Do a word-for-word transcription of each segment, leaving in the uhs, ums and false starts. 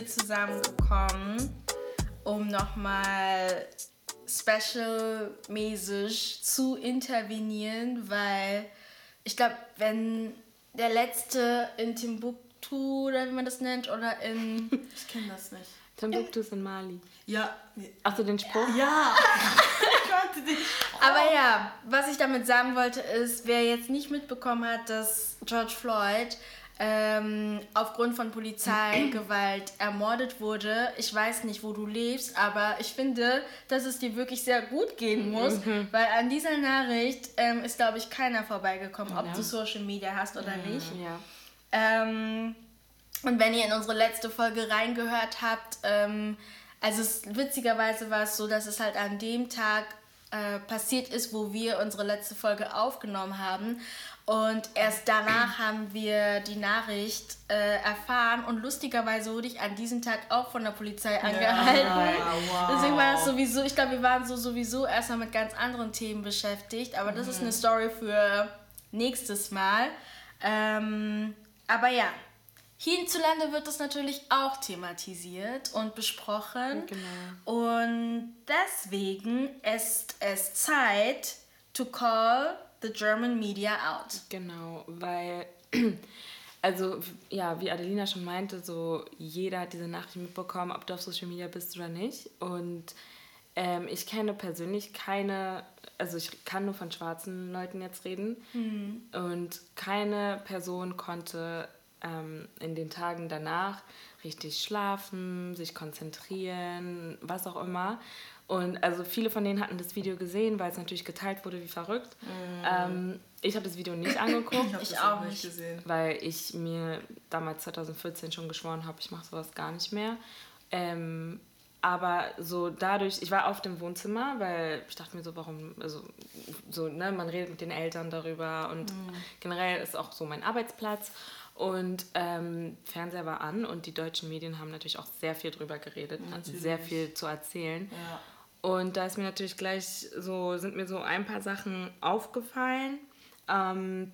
zusammengekommen, um nochmal special-mäßig zu intervenieren, weil ich glaube, wenn der letzte in Timbuktu, oder wie man das nennt, oder in... Ich kenne das nicht. Timbuktu ist in Mali. Ja. Ach so, den Spruch? Ja. Ich konnte den Spruch. Aber ja, was ich damit sagen wollte ist, wer jetzt nicht mitbekommen hat, dass George Floyd ähm, aufgrund von Polizeigewalt ermordet wurde, ich weiß nicht, wo du lebst, aber ich finde, dass es dir wirklich sehr gut gehen muss, mhm. weil an dieser Nachricht ähm, ist, glaube ich, keiner vorbeigekommen, ob ja. du Social Media hast oder mhm. nicht. Ja. Ähm, und wenn ihr in unsere letzte Folge reingehört habt, ähm, also es, witzigerweise war es so, dass es halt an dem Tag äh, passiert ist, wo wir unsere letzte Folge aufgenommen haben. Und erst danach haben wir die Nachricht äh, erfahren und lustigerweise wurde ich an diesem Tag auch von der Polizei angehalten. Ja, wow. Deswegen war das sowieso, ich glaube, wir waren so sowieso erstmal mit ganz anderen Themen beschäftigt, aber das mhm. ist eine Story für nächstes Mal. Ähm, aber ja, hierzulande wird das natürlich auch thematisiert und besprochen. Genau. Und deswegen ist es Zeit to call the German media out. Genau, weil, also ja, wie Adelina schon meinte, so jeder hat diese Nachricht mitbekommen, ob du auf Social Media bist oder nicht. Und ähm, ich kenne persönlich keine, also ich kann nur von schwarzen Leuten jetzt reden. Mhm. Und keine Person konnte ähm, in den Tagen danach richtig schlafen, sich konzentrieren, was auch immer. Und also viele von denen hatten das Video gesehen, weil es natürlich geteilt wurde wie verrückt. Mm. Ähm, ich habe das Video nicht angeguckt. Ich habe das auch nicht gesehen. Weil ich mir damals zwanzig vierzehn schon geschworen habe, ich mache sowas gar nicht mehr. Ähm, aber so dadurch, ich war auf dem Wohnzimmer, weil ich dachte mir so, warum, also so, ne, man redet mit den Eltern darüber und mm. generell ist auch so mein Arbeitsplatz. Und ähm, Fernseher war an und die deutschen Medien haben natürlich auch sehr viel drüber geredet, also sehr viel zu erzählen. Ja. Und da ist mir natürlich gleich so, sind mir so ein paar Sachen aufgefallen. Ähm,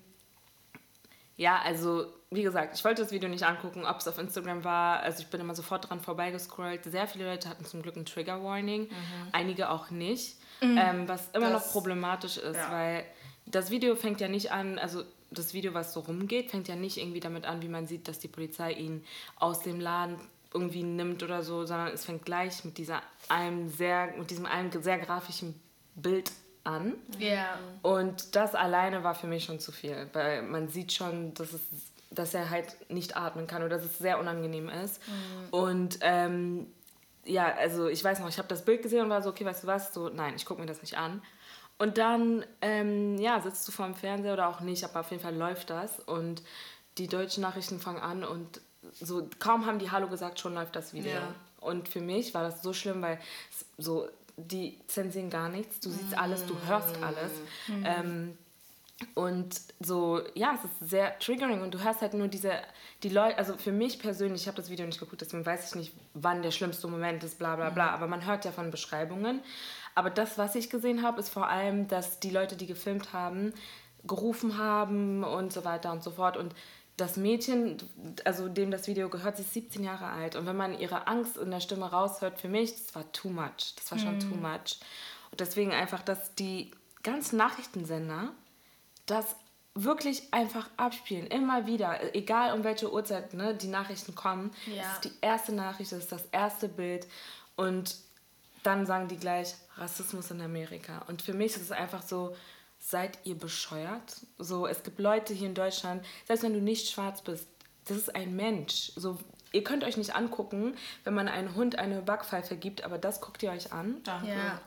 ja, also wie gesagt, ich wollte das Video nicht angucken, ob es auf Instagram war. Also ich bin immer sofort dran vorbeigescrollt. Sehr viele Leute hatten zum Glück ein Trigger Warning, mhm. einige auch nicht, mhm. ähm, was immer das, noch problematisch ist, ja. weil das Video fängt ja nicht an, also das Video, was so rumgeht, fängt ja nicht irgendwie damit an, wie man sieht, dass die Polizei ihn aus dem Laden irgendwie nimmt oder so, sondern es fängt gleich mit dieser einem sehr, mit diesem einem sehr grafischen Bild an. Ja. Und das alleine war für mich schon zu viel, weil man sieht schon, dass es, dass er halt nicht atmen kann oder dass es sehr unangenehm ist. Mhm. Und ähm, ja, also ich weiß noch, ich habe das Bild gesehen und war so, okay, weißt du was, so nein, ich gucke mir das nicht an. Und dann, ähm, ja, sitzt du vor dem Fernseher oder auch nicht, aber auf jeden Fall läuft das und die deutschen Nachrichten fangen an und so kaum haben die Hallo gesagt, schon läuft das Video. Ja. Und für mich war das so schlimm, weil so die zensieren gar nichts, du siehst alles, du hörst alles. Mhm. Ähm, und so, ja, es ist sehr triggering und du hörst halt nur diese, die Leute, also für mich persönlich, ich habe das Video nicht geguckt, deswegen weiß ich nicht, wann der schlimmste Moment ist, bla bla bla, mhm. aber man hört ja von Beschreibungen. Aber das, was ich gesehen habe, ist vor allem, dass die Leute, die gefilmt haben, gerufen haben und so weiter und so fort. Und das Mädchen, also dem das Video gehört, sie ist siebzehn Jahre alt. Und wenn man ihre Angst in der Stimme raushört, für mich, das war too much. Das war schon mm. too much. Und deswegen einfach, dass die ganzen Nachrichtensender das wirklich einfach abspielen. Immer wieder. Egal um welche Uhrzeit, ne, die Nachrichten kommen. Ja. Das ist die erste Nachricht, das ist das erste Bild. Und dann sagen die gleich Rassismus in Amerika. Und für mich ist es einfach so, seid ihr bescheuert? So, es gibt Leute hier in Deutschland, selbst wenn du nicht schwarz bist, das ist ein Mensch. So, ihr könnt euch nicht angucken, wenn man einem Hund eine Backpfeife gibt, aber das guckt ihr euch an. Danke. Ja.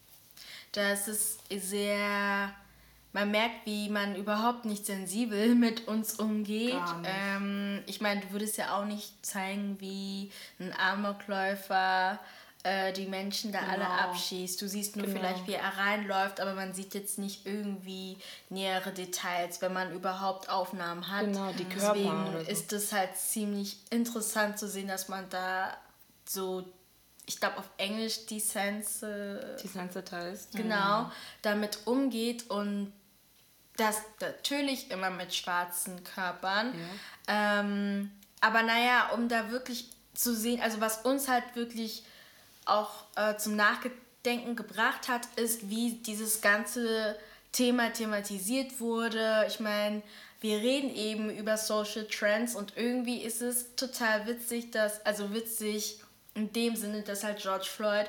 Das ist sehr... Man merkt, wie man überhaupt nicht sensibel mit uns umgeht. Gar nicht. Ähm, ich meine, du würdest ja auch nicht zeigen, wie ein Amokläufer äh, die Menschen da genau. alle abschießt. Du siehst nur genau. vielleicht, wie er reinläuft, aber man sieht jetzt nicht irgendwie nähere Details, wenn man überhaupt Aufnahmen hat. Genau, die Körper Deswegen oder so. ist es halt ziemlich interessant zu sehen, dass man da so... ich glaube auf Englisch Desense, desensitized. Genau, mhm. damit umgeht und das natürlich immer mit schwarzen Körpern. Ja. Ähm, aber naja, um da wirklich zu sehen, also was uns halt wirklich auch äh, zum Nachdenken gebracht hat, ist, wie dieses ganze Thema thematisiert wurde. Ich meine, wir reden eben über Social Trends und irgendwie ist es total witzig, dass, also witzig in dem Sinne, dass halt George Floyd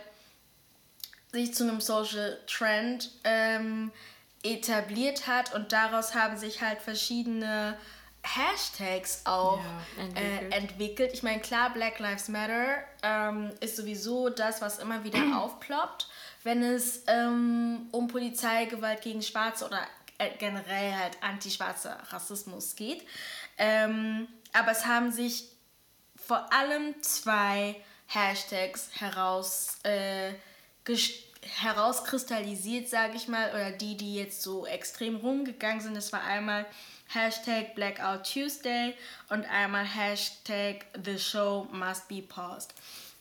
sich zu einem Social Trend ähm, etabliert hat und daraus haben sich halt verschiedene Hashtags auch ja, entwickelt. Äh, entwickelt. Ich meine, klar, Black Lives Matter ähm, ist sowieso das, was immer wieder aufploppt, wenn es ähm, um Polizeigewalt gegen Schwarze oder äh, generell halt anti-schwarzer Rassismus geht. Ähm, aber es haben sich vor allem zwei Hashtags heraus, äh, gest- herauskristallisiert, sage ich mal, oder die, die jetzt so extrem rumgegangen sind. Das war einmal Hashtag Blackout Tuesday und einmal Hashtag The Show Must Be Paused.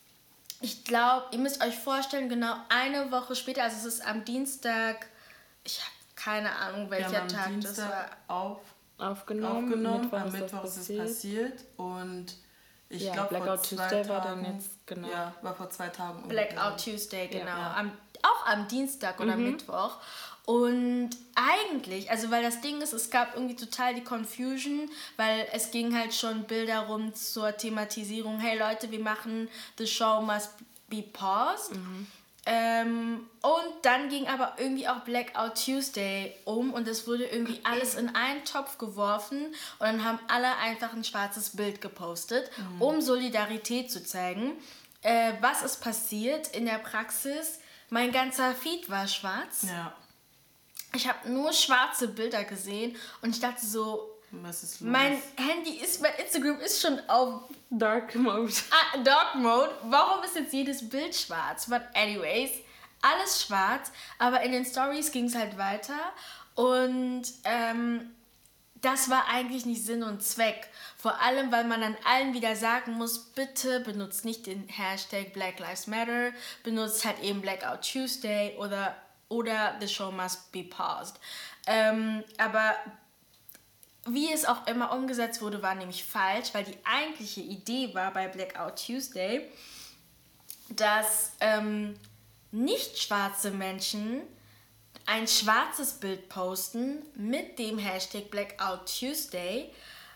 Ich glaube, ihr müsst euch vorstellen, genau eine Woche später, also es ist am Dienstag, ich habe keine Ahnung, welcher Tag Dienstag das war. Auf, aufgenommen, aufgenommen. Mittwoch am Mittwoch ist es passiert und ich ja, glaube, Blackout Tuesday Tagen, war dann jetzt, genau. Ja, war vor zwei Tagen. Blackout Tuesday, genau. Ja. Am, auch am Dienstag oder mhm. Mittwoch. Und eigentlich, also weil das Ding ist, es gab irgendwie total die Confusion, weil es ging halt schon Bilder rum zur Thematisierung, hey Leute, wir machen The Show Must Be Paused. Mhm. Ähm, und dann ging aber irgendwie auch Blackout Tuesday um und es wurde irgendwie alles in einen Topf geworfen und dann haben alle einfach ein schwarzes Bild gepostet, mhm. um Solidarität zu zeigen. Äh, was ist passiert in der Praxis? Mein ganzer Feed war schwarz. Ja. Ich habe nur schwarze Bilder gesehen und ich dachte so, was ist los? Mein Handy ist, mein Instagram ist schon auf Dark Mode. Ah, Dark Mode. Warum ist jetzt jedes Bild schwarz? But anyways, alles schwarz, aber in den Stories ging es halt weiter und ähm, das war eigentlich nicht Sinn und Zweck. Vor allem, weil man dann allen wieder sagen muss, bitte benutzt nicht den Hashtag Black Lives Matter, benutzt halt eben Blackout Tuesday oder, oder The Show Must Be Paused. Ähm, aber wie es auch immer umgesetzt wurde, war nämlich falsch, weil die eigentliche Idee war bei Blackout Tuesday, dass ähm, nicht schwarze Menschen ein schwarzes Bild posten mit dem Hashtag Blackout Tuesday,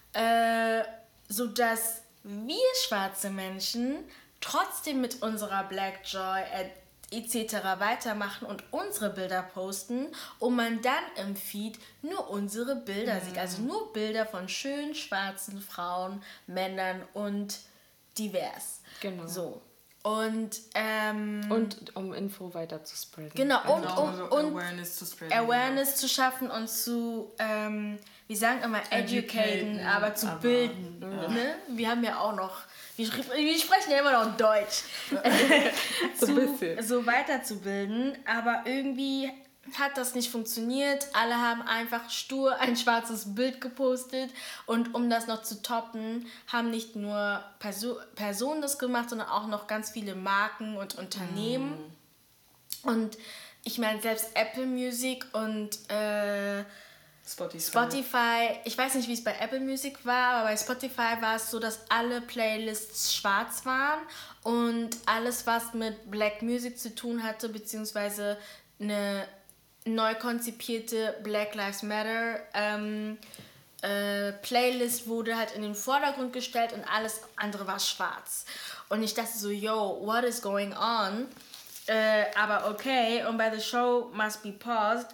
äh, sodass wir schwarze Menschen trotzdem mit unserer Black Joy et cetera weitermachen und unsere Bilder posten und man dann im Feed nur unsere Bilder mhm. sieht. Also nur Bilder von schönen schwarzen Frauen, Männern und divers. Genau. So. Und, ähm, und um Info weiter zu spreaden. Genau, und, also und, und Awareness zu spreaden. Awareness ja. zu schaffen und zu, ähm, wir sagen immer educaten, educaten aber zu aber, bilden. Ja. Ne? Wir haben ja auch noch Wir, wir sprechen ja immer noch Deutsch. so ein bisschen. So weiterzubilden, aber irgendwie hat das nicht funktioniert. Alle haben einfach stur ein schwarzes Bild gepostet und um das noch zu toppen, haben nicht nur Perso- Personen das gemacht, sondern auch noch ganz viele Marken und Unternehmen. Mm. Und ich meine, selbst Apple Music und äh, Spotify. Spotify, ich weiß nicht, wie es bei Apple Music war, aber bei Spotify war es so, dass alle Playlists schwarz waren und alles, was mit Black Music zu tun hatte, beziehungsweise eine neu konzipierte Black Lives Matter ähm, äh, Playlist wurde halt in den Vordergrund gestellt und alles andere war schwarz. Und ich dachte so, yo, what is going on? Äh, aber okay, und bei The Show Must Be Paused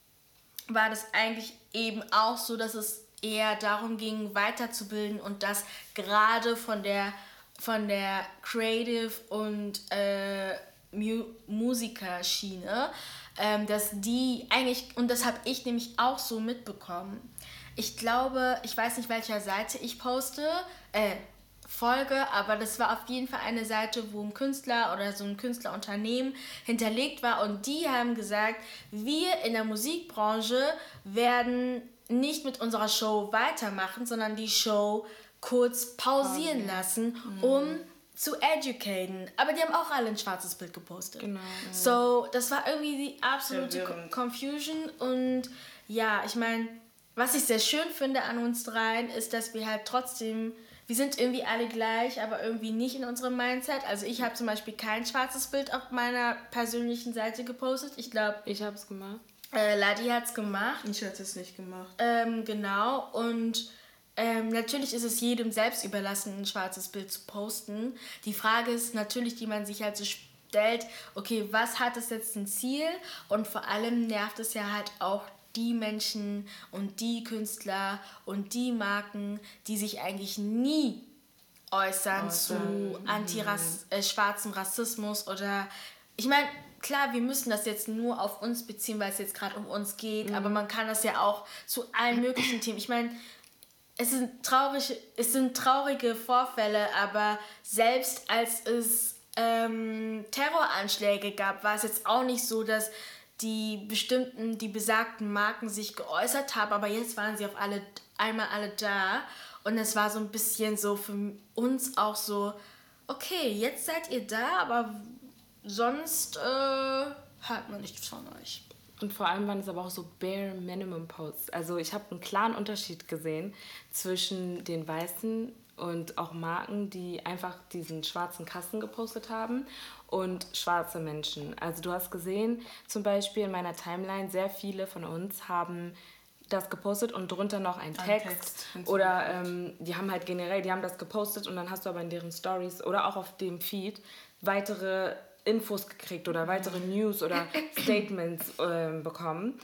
war das eigentlich eben auch so, dass es eher darum ging, weiterzubilden und das gerade von der, von der Creative und äh, Mu- Musikerschiene, ähm, dass die eigentlich, und das habe ich nämlich auch so mitbekommen. Ich glaube, ich weiß nicht, welcher Seite ich poste, äh, folge, aber das war auf jeden Fall eine Seite, wo ein Künstler oder so ein Künstlerunternehmen hinterlegt war und die haben gesagt, wir in der Musikbranche werden nicht mit unserer Show weitermachen, sondern die Show kurz pausieren okay. lassen, um mhm. zu educaten. Aber die haben auch alle ein schwarzes Bild gepostet. Genau. Ja. So, das war irgendwie die absolute Co- Confusion und ja, ich meine, was ich sehr schön finde an uns dreien, ist, dass wir halt trotzdem wir sind irgendwie alle gleich, aber irgendwie nicht in unserem Mindset. Also ich habe zum Beispiel kein schwarzes Bild auf meiner persönlichen Seite gepostet. Ich glaube... Ich habe es gemacht. Äh, Ladi hat es gemacht. Ich hätte es nicht gemacht. Ähm, genau. Und ähm, natürlich ist es jedem selbst überlassen, ein schwarzes Bild zu posten. Die Frage ist natürlich, die man sich halt so stellt, okay, was hat es jetzt ein Ziel? Und vor allem nervt es ja halt auch die Menschen und die Künstler und die Marken, die sich eigentlich nie äußern, äußern. zu anti-Rass- äh, schwarzem Rassismus oder... Ich meine, klar, wir müssen das jetzt nur auf uns beziehen, weil es jetzt gerade um uns geht, mhm. aber man kann das ja auch zu allen möglichen Themen. Ich meine, es sind, traurig, es sind traurige Vorfälle, aber selbst als es ähm, Terroranschläge gab, war es jetzt auch nicht so, dass die bestimmten, die besagten Marken sich geäußert haben, aber jetzt waren sie auf alle, einmal alle da und es war so ein bisschen so für uns auch so, okay, jetzt seid ihr da, aber sonst äh, hört man nichts von euch. Und vor allem waren es aber auch so bare minimum Posts. Also ich habe einen klaren Unterschied gesehen zwischen den Weißen und auch Marken, die einfach diesen schwarzen Kasten gepostet haben und schwarze Menschen. Also du hast gesehen, zum Beispiel in meiner Timeline, sehr viele von uns haben das gepostet und drunter noch einen Text, Text oder ähm, die haben halt generell, die haben das gepostet und dann hast du aber in deren Stories oder auch auf dem Feed weitere Infos gekriegt oder weitere News oder Statements äh, bekommen.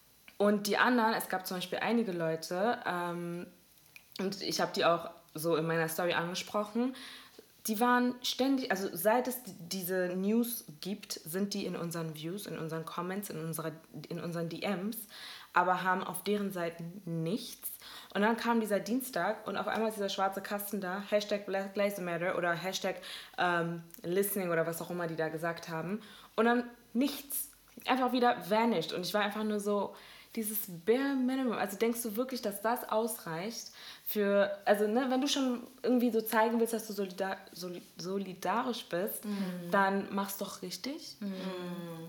Und die anderen, es gab zum Beispiel einige Leute, ähm, und ich habe die auch so in meiner Story angesprochen, die waren ständig, also seit es diese News gibt, sind die in unseren Views, in unseren Comments, in, unserer, in unseren D Ms, aber haben auf deren Seiten nichts. Und dann kam dieser Dienstag und auf einmal ist dieser schwarze Kasten da, Hashtag Black Lives Matter oder Hashtag ähm, Listening oder was auch immer die da gesagt haben. Und dann nichts, einfach wieder vanished. Und ich war einfach nur so, dieses bare minimum, also denkst du wirklich, dass das ausreicht für, also ne, wenn du schon irgendwie so zeigen willst, dass du solidar, solidarisch bist, mhm. dann mach's doch richtig. Mhm.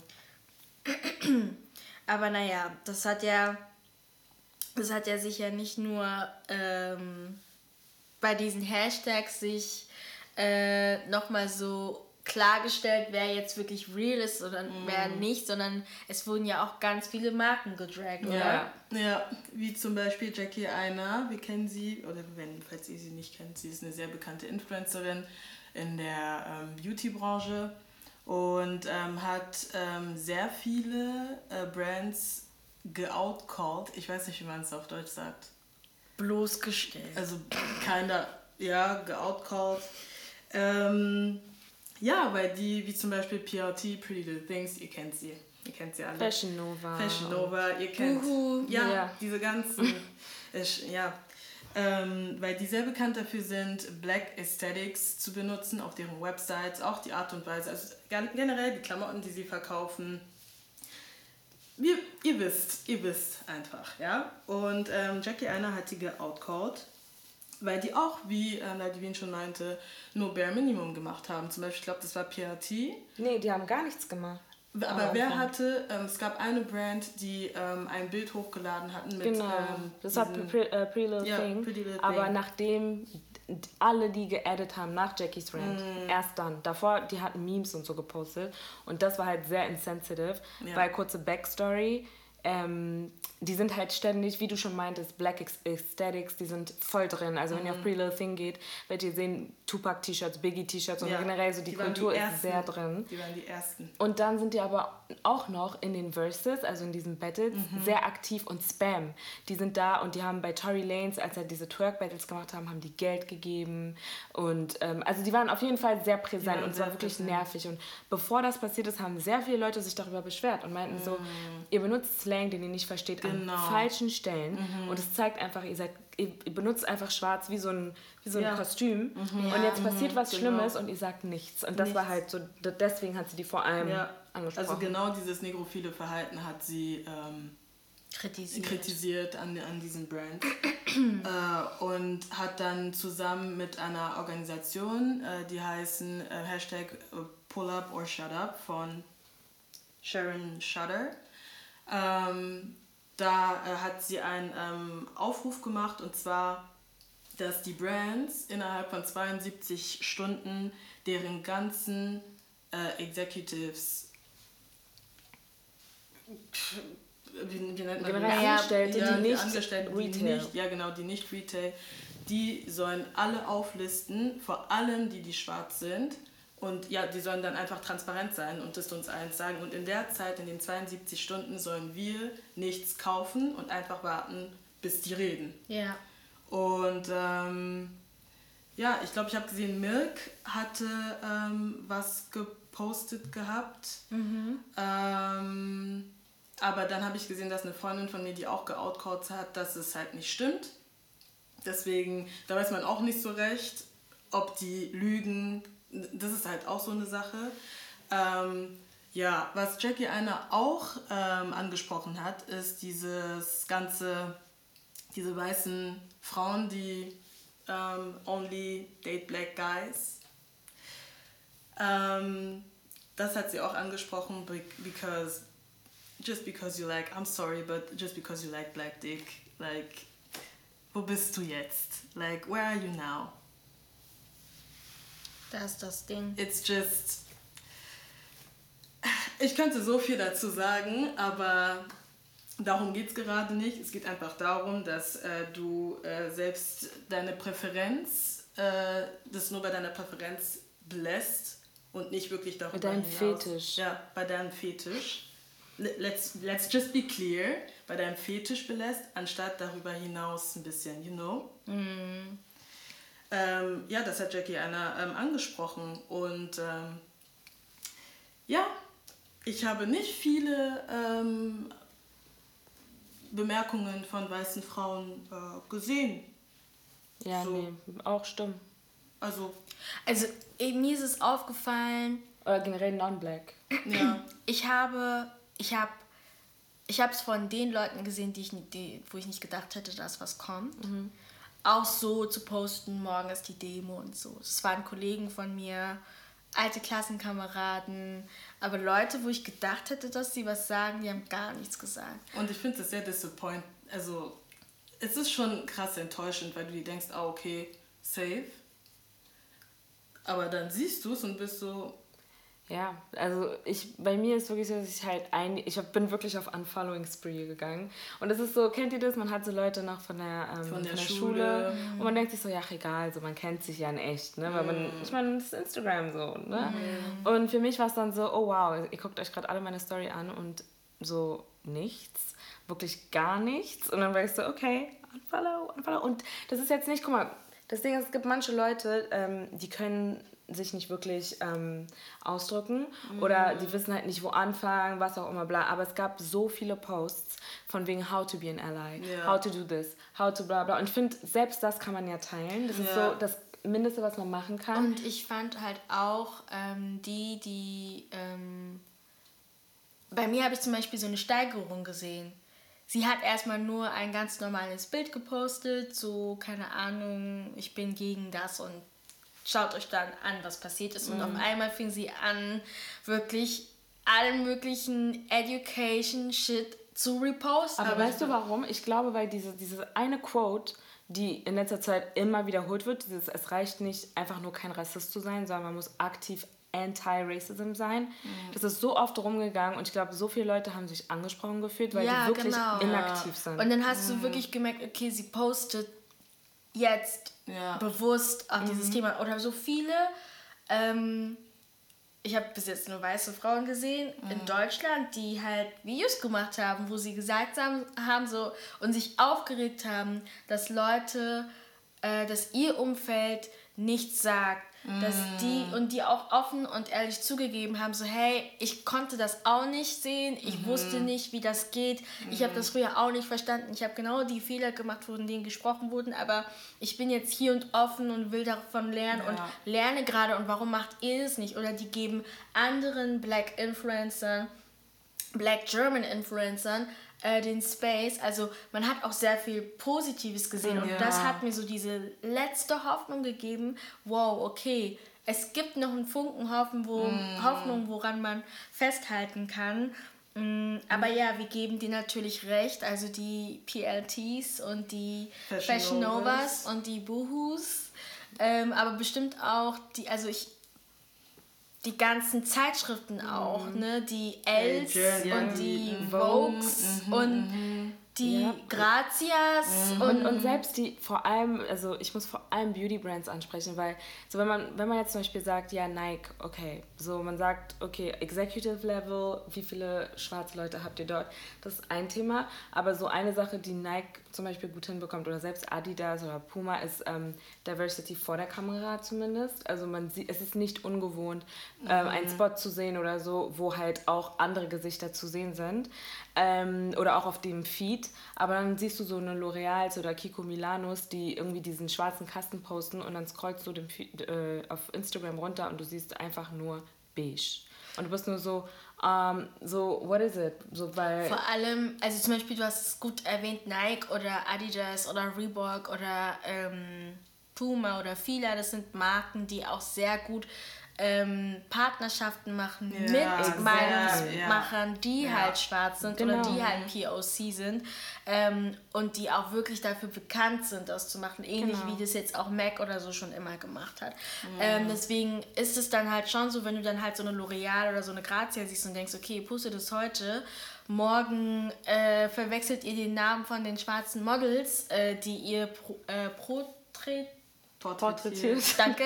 Aber naja, das hat ja, das hat ja sicher nicht nur ähm, bei diesen Hashtags sich äh, nochmal so klargestellt, wer jetzt wirklich real ist oder mm. wer nicht, sondern es wurden ja auch ganz viele Marken gedragt, oder? Ja, ja, wie zum Beispiel Jackie Aina, wir kennen sie, oder wenn, falls ihr sie nicht kennt, sie ist eine sehr bekannte Influencerin in der ähm, Beauty-Branche und ähm, hat ähm, sehr viele äh, Brands geoutcalled, ich weiß nicht, wie man es auf Deutsch sagt. Bloßgestellt. Also keiner, ja, geoutcalled. Ähm, Ja, weil die, wie zum Beispiel P L T, Pretty Little Things, ihr kennt sie. Ihr kennt sie alle. Fashion Nova. Fashion Nova, ihr kennt. Uhu. Ja, ja, diese ganzen. ich, ja. Ähm, weil die sehr bekannt dafür sind, Black Aesthetics zu benutzen auf deren Websites, auch die Art und Weise, also generell die Klamotten, die sie verkaufen. Wir, ihr wisst, ihr wisst einfach, ja. Und ähm, Jackie Aina hat die geoutcalled, weil die auch, wie äh, Nadine schon meinte, nur Bare Minimum gemacht haben. Zum Beispiel, ich glaube, das war P R T. Nee, die haben gar nichts gemacht. Aber wer hatte, ähm, es gab eine Brand, die ähm, ein Bild hochgeladen hatten mit... Genau, ähm, das war Pretty, uh, Pretty Little ja, Thing. Pretty Little aber Thing. nachdem alle die geaddet haben, nach Jackies Rant, mm. erst dann. Davor, die hatten Memes und so gepostet. Und das war halt sehr insensitive, ja. Weil kurze Backstory... Ähm, die sind halt ständig, wie du schon meintest, Black Aesthetics, die sind voll drin. Also wenn mhm. ihr auf Pretty Little Thing geht, werdet ihr sehen, Tupac-T-Shirts, Biggie-T-Shirts und ja. generell so die, die Kultur die ist sehr drin. Die waren die ersten. Und dann sind die aber auch noch in den Verses, also in diesen Battles, mhm. sehr aktiv und Spam. Die sind da und die haben bei Tory Lanez, als er diese Twerk-Battles gemacht haben, haben die Geld gegeben. Und ähm, also die waren auf jeden Fall sehr präsent und es war wirklich präsent. nervig. Und bevor das passiert ist, haben sehr viele Leute sich darüber beschwert und meinten mhm. so, ihr benutzt Slang, den ihr nicht versteht, genau. an falschen Stellen. Mhm. Und es zeigt einfach, ihr seid, ihr benutzt einfach schwarz wie so ein, wie so ein ja. Kostüm. Mhm. Und jetzt passiert mhm. was genau. Schlimmes und ihr sagt nichts. Und das nichts. war halt so, deswegen hat sie die vor allem ja. angesprochen. Also genau dieses negrophile Verhalten hat sie ähm, kritisiert, kritisiert an, an diesem Brand. äh, und hat dann zusammen mit einer Organisation, äh, die heißen äh, Hashtag Pull Up or Shut Up von Sharon Shutter, Ähm, da äh, hat sie einen ähm, Aufruf gemacht und zwar dass die Brands innerhalb von zweiundsiebzig Stunden deren ganzen äh, Executives, wie, wie nennt man Generell das? Angestellte, ja, die nicht Angestellten, die Retail. nicht, ja genau, die nicht Retail, die sollen alle auflisten, vor allem die, die schwarz sind. Und ja, die sollen dann einfach transparent sein und das uns allen sagen. Und in der Zeit, in den zweiundsiebzig Stunden, sollen wir nichts kaufen und einfach warten, bis die reden. Ja. Und ähm, ja, ich glaube, ich habe gesehen, Milk hatte ähm, was gepostet gehabt. Mhm. Ähm, aber dann habe ich gesehen, dass eine Freundin von mir, die auch geoutcallt hat, dass es halt nicht stimmt. Deswegen, da weiß man auch nicht so recht, ob die lügen. Das ist halt auch so eine Sache. Ähm, ja, was Jackie Aina auch ähm, angesprochen hat, ist dieses ganze, diese weißen Frauen, die ähm, only date black guys. Ähm, das hat sie auch angesprochen, because just because you like, I'm sorry, but just because you like black dick, like, wo bist du jetzt? Like, where are you now? Das ist das Ding. It's just... Ich könnte so viel dazu sagen, aber darum geht es gerade nicht. Es geht einfach darum, dass äh, du äh, selbst deine Präferenz, äh, das nur bei deiner Präferenz belässt und nicht wirklich darüber Bei deinem hinaus. Fetisch. Ja, bei deinem Fetisch. Let's, let's just be clear. Bei deinem Fetisch belässt, anstatt darüber hinaus ein bisschen, you know? Mm. Ähm, ja, das hat Jackie Aina ähm, angesprochen und ähm, ja, ich habe nicht viele ähm, Bemerkungen von weißen Frauen äh, gesehen. Ja, So. nee, auch stimmt. Also, Also eh, mir ist es aufgefallen, Oder generell non-black. ja, ich habe, ich habe, ich habe es von den Leuten gesehen, die ich, nicht- die, wo ich nicht gedacht hätte, dass was kommt. Auch so zu posten, morgen ist die Demo und so. Es waren Kollegen von mir, alte Klassenkameraden, aber Leute, wo ich gedacht hätte, dass sie was sagen, die haben gar nichts gesagt. und ich finde das sehr disappointing. Also, es ist schon krass enttäuschend, weil du dir denkst, ah, okay, safe. Aber dann siehst du es und bist so, Ja, also ich, bei mir ist wirklich so, dass ich halt ein, ich hab, bin wirklich auf Unfollowing Spree gegangen. Und es ist so, kennt ihr das? Man hat so Leute noch von der, ähm, Von der von der Schule. Schule. Und man denkt sich so, ja, egal, so, man kennt sich ja in echt, ne? Weil man, ich meine, das ist Instagram so, ne? Und für mich war es dann so, oh wow, ihr guckt euch gerade alle meine Story an und so nichts, wirklich gar nichts. Und dann war ich so, okay, unfollow, unfollow. Und das ist jetzt nicht, guck mal, das Ding ist, es gibt manche Leute, ähm, die können sich nicht wirklich ähm, ausdrücken oder die wissen halt nicht, wo anfangen, was auch immer, bla. Aber es gab so viele Posts von wegen how to be an ally, Ja. how to do this, how to bla bla. Und ich finde, selbst das kann man ja teilen. Das ist Ja. so das Mindeste, was man machen kann. Und ich fand halt auch ähm, die, die... Ähm, bei mir habe ich zum Beispiel so eine Steigerung gesehen. Sie hat erstmal nur ein ganz normales Bild gepostet, so, keine Ahnung, ich bin gegen das und schaut euch dann an, was passiert ist. Und auf einmal fing sie an, wirklich allen möglichen Education-Shit zu reposten. Aber weißt du warum? Ich glaube, weil diese, diese eine Quote, die in letzter Zeit immer wiederholt wird, dieses, es reicht nicht, einfach nur kein Rassist zu sein, sondern man muss aktiv anti-racism sein. Mhm. Das ist so oft rumgegangen und ich glaube, so viele Leute haben sich angesprochen gefühlt, weil Ja, die wirklich genau. inaktiv Ja. sind. Und dann hast du wirklich gemerkt, okay, sie postet jetzt Ja. bewusst auf dieses Thema. Oder so viele, ähm, ich habe bis jetzt nur weiße Frauen gesehen in Deutschland, die halt Videos gemacht haben, wo sie gesagt haben, haben so und sich aufgeregt haben, dass Leute, äh, dass ihr Umfeld nichts sagt, dass die und die auch offen und ehrlich zugegeben haben, so hey, ich konnte das auch nicht sehen, ich Mhm. wusste nicht, wie das geht, ich habe das früher auch nicht verstanden, ich habe genau die Fehler gemacht, von denen gesprochen wurden, aber ich bin jetzt hier und offen und will davon lernen Ja. und lerne gerade und warum macht ihr es nicht? Oder die geben anderen Black Influencern, Black German Influencern äh, den Space. Also man hat auch sehr viel Positives gesehen und Ja. das hat mir so diese letzte Hoffnung gegeben, wow, okay, es gibt noch einen Funken Hoffnung, wo, Hoffnung, woran man festhalten kann. Mm, aber ja, wir geben dir natürlich recht, also die P L Ts und die Fashion Fashion Novas. Novas und die Boohoo's, ähm, aber bestimmt auch die, also ich, die ganzen Zeitschriften auch, Mhm. ne, die Els Journey, und die mhm. Vogues Mhm, und mhm. die Ja. Grazias Und, und, und selbst die, vor allem, also ich muss vor allem Beauty-Brands ansprechen, weil so wenn man, wenn man jetzt zum Beispiel sagt, ja, Nike, okay, so man sagt, okay, Executive Level, wie viele schwarze Leute habt ihr dort? Das ist ein Thema, aber so eine Sache, die Nike zum Beispiel gut hinbekommt oder selbst Adidas oder Puma, ist ähm, Diversity vor der Kamera zumindest. Also man sieht, es ist nicht ungewohnt, ähm, einen Spot zu sehen oder so, wo halt auch andere Gesichter zu sehen sind. Ähm, oder auch auf dem Feed, aber dann siehst du so eine L'Oreals oder Kiko Milanos, die irgendwie diesen schwarzen Kasten posten und dann scrollst du den Feed, äh, auf Instagram runter und du siehst einfach nur beige. Und du bist nur so, um, so, what is it? So, weil vor allem, also zum Beispiel, du hast es gut erwähnt, Nike oder Adidas oder Reebok oder ähm, Puma oder Fila, das sind Marken, die auch sehr gut ähm, Partnerschaften machen Ja, mit sehr, Meinungsmachern, die ja. halt schwarz sind Genau. oder die halt P O C sind ähm, und die auch wirklich dafür bekannt sind, das zu machen, ähnlich Genau. wie das jetzt auch Mac oder so schon immer gemacht hat. Ähm, deswegen ist es dann halt schon so, wenn du dann halt so eine L'Oreal oder so eine Grazia siehst und denkst, okay, ihr postet das heute, morgen äh, verwechselt ihr den Namen von den schwarzen Models, äh, die ihr pro, äh, porträt porträtiert. Danke.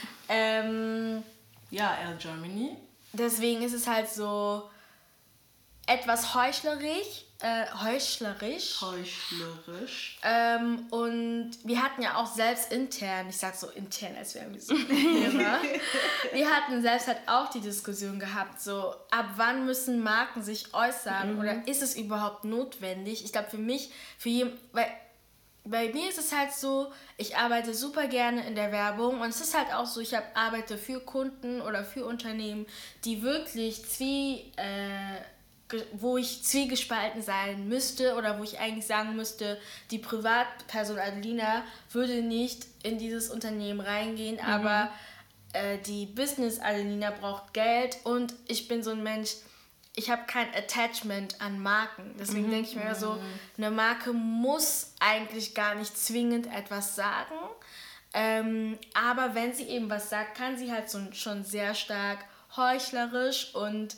Ähm, Ja, Elle Germany. deswegen ist es halt so etwas heuchlerisch, äh, heuchlerisch. Heuchlerisch. Ähm, und wir hatten ja auch selbst intern, ich sag so intern, als wären wir so Lehrer, wir hatten selbst halt auch die Diskussion gehabt, so ab wann müssen Marken sich äußern oder ist es überhaupt notwendig? Ich glaube für mich, für jeden, weil bei mir ist es halt so, ich arbeite super gerne in der Werbung und es ist halt auch so, ich hab, arbeite für Kunden oder für Unternehmen, die wirklich zwie, äh, ge- wo ich zwiegespalten sein müsste oder wo ich eigentlich sagen müsste, die Privatperson Adelina würde nicht in dieses Unternehmen reingehen, aber äh, die Business Adelina braucht Geld und ich bin so ein Mensch, ich habe kein Attachment an Marken. Deswegen denke ich mir so, eine Marke muss eigentlich gar nicht zwingend etwas sagen. Ähm, aber wenn sie eben was sagt, kann sie halt so schon sehr stark heuchlerisch und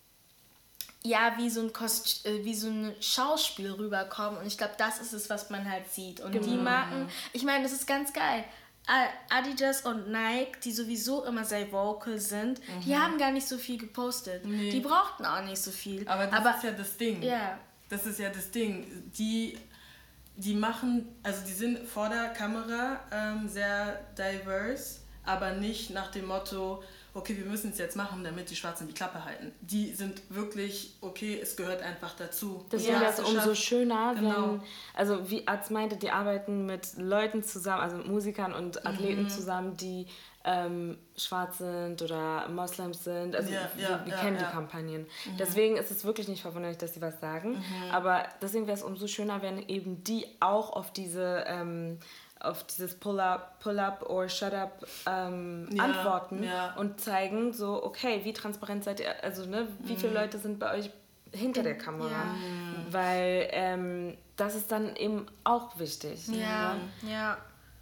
ja, wie so ein, Kost äh, wie so ein Schauspiel rüberkommen. Und ich glaube, das ist es, was man halt sieht. Und die Marken, ich meine, das ist ganz geil. A- Adidas und Nike, die sowieso immer sehr vocal sind, die haben gar nicht so viel gepostet. Nee. Die brauchten auch nicht so viel. Aber das ist ja das Ding. ja. Das ist ja das Ding. Die, die machen, also die sind vor der Kamera ähm, sehr diverse, aber nicht nach dem Motto, okay, wir müssen es jetzt machen, damit die Schwarzen die Klappe halten. Die sind wirklich, okay, es gehört einfach dazu. Deswegen Ja, wäre es es umso schafft- schöner, Genau. wenn, also wie Arzt meinte, die arbeiten mit Leuten zusammen, also mit Musikern und Athleten Mhm. zusammen, die ähm, schwarz sind oder Moslems sind. Also Ja, wir, ja, wir ja, kennen ja. die Kampagnen. Deswegen ist es wirklich nicht verwunderlich, dass sie was sagen. Mhm. Aber deswegen wäre es umso schöner, wenn eben die auch auf diese ähm, auf dieses Pull-up, Pull-up or Shut-up ähm, Ja, antworten ja. und zeigen, so, okay, wie transparent seid ihr, also ne, wie viele Leute sind bei euch hinter der Kamera? Ja. Weil ähm, das ist dann eben auch wichtig. Ja, ja.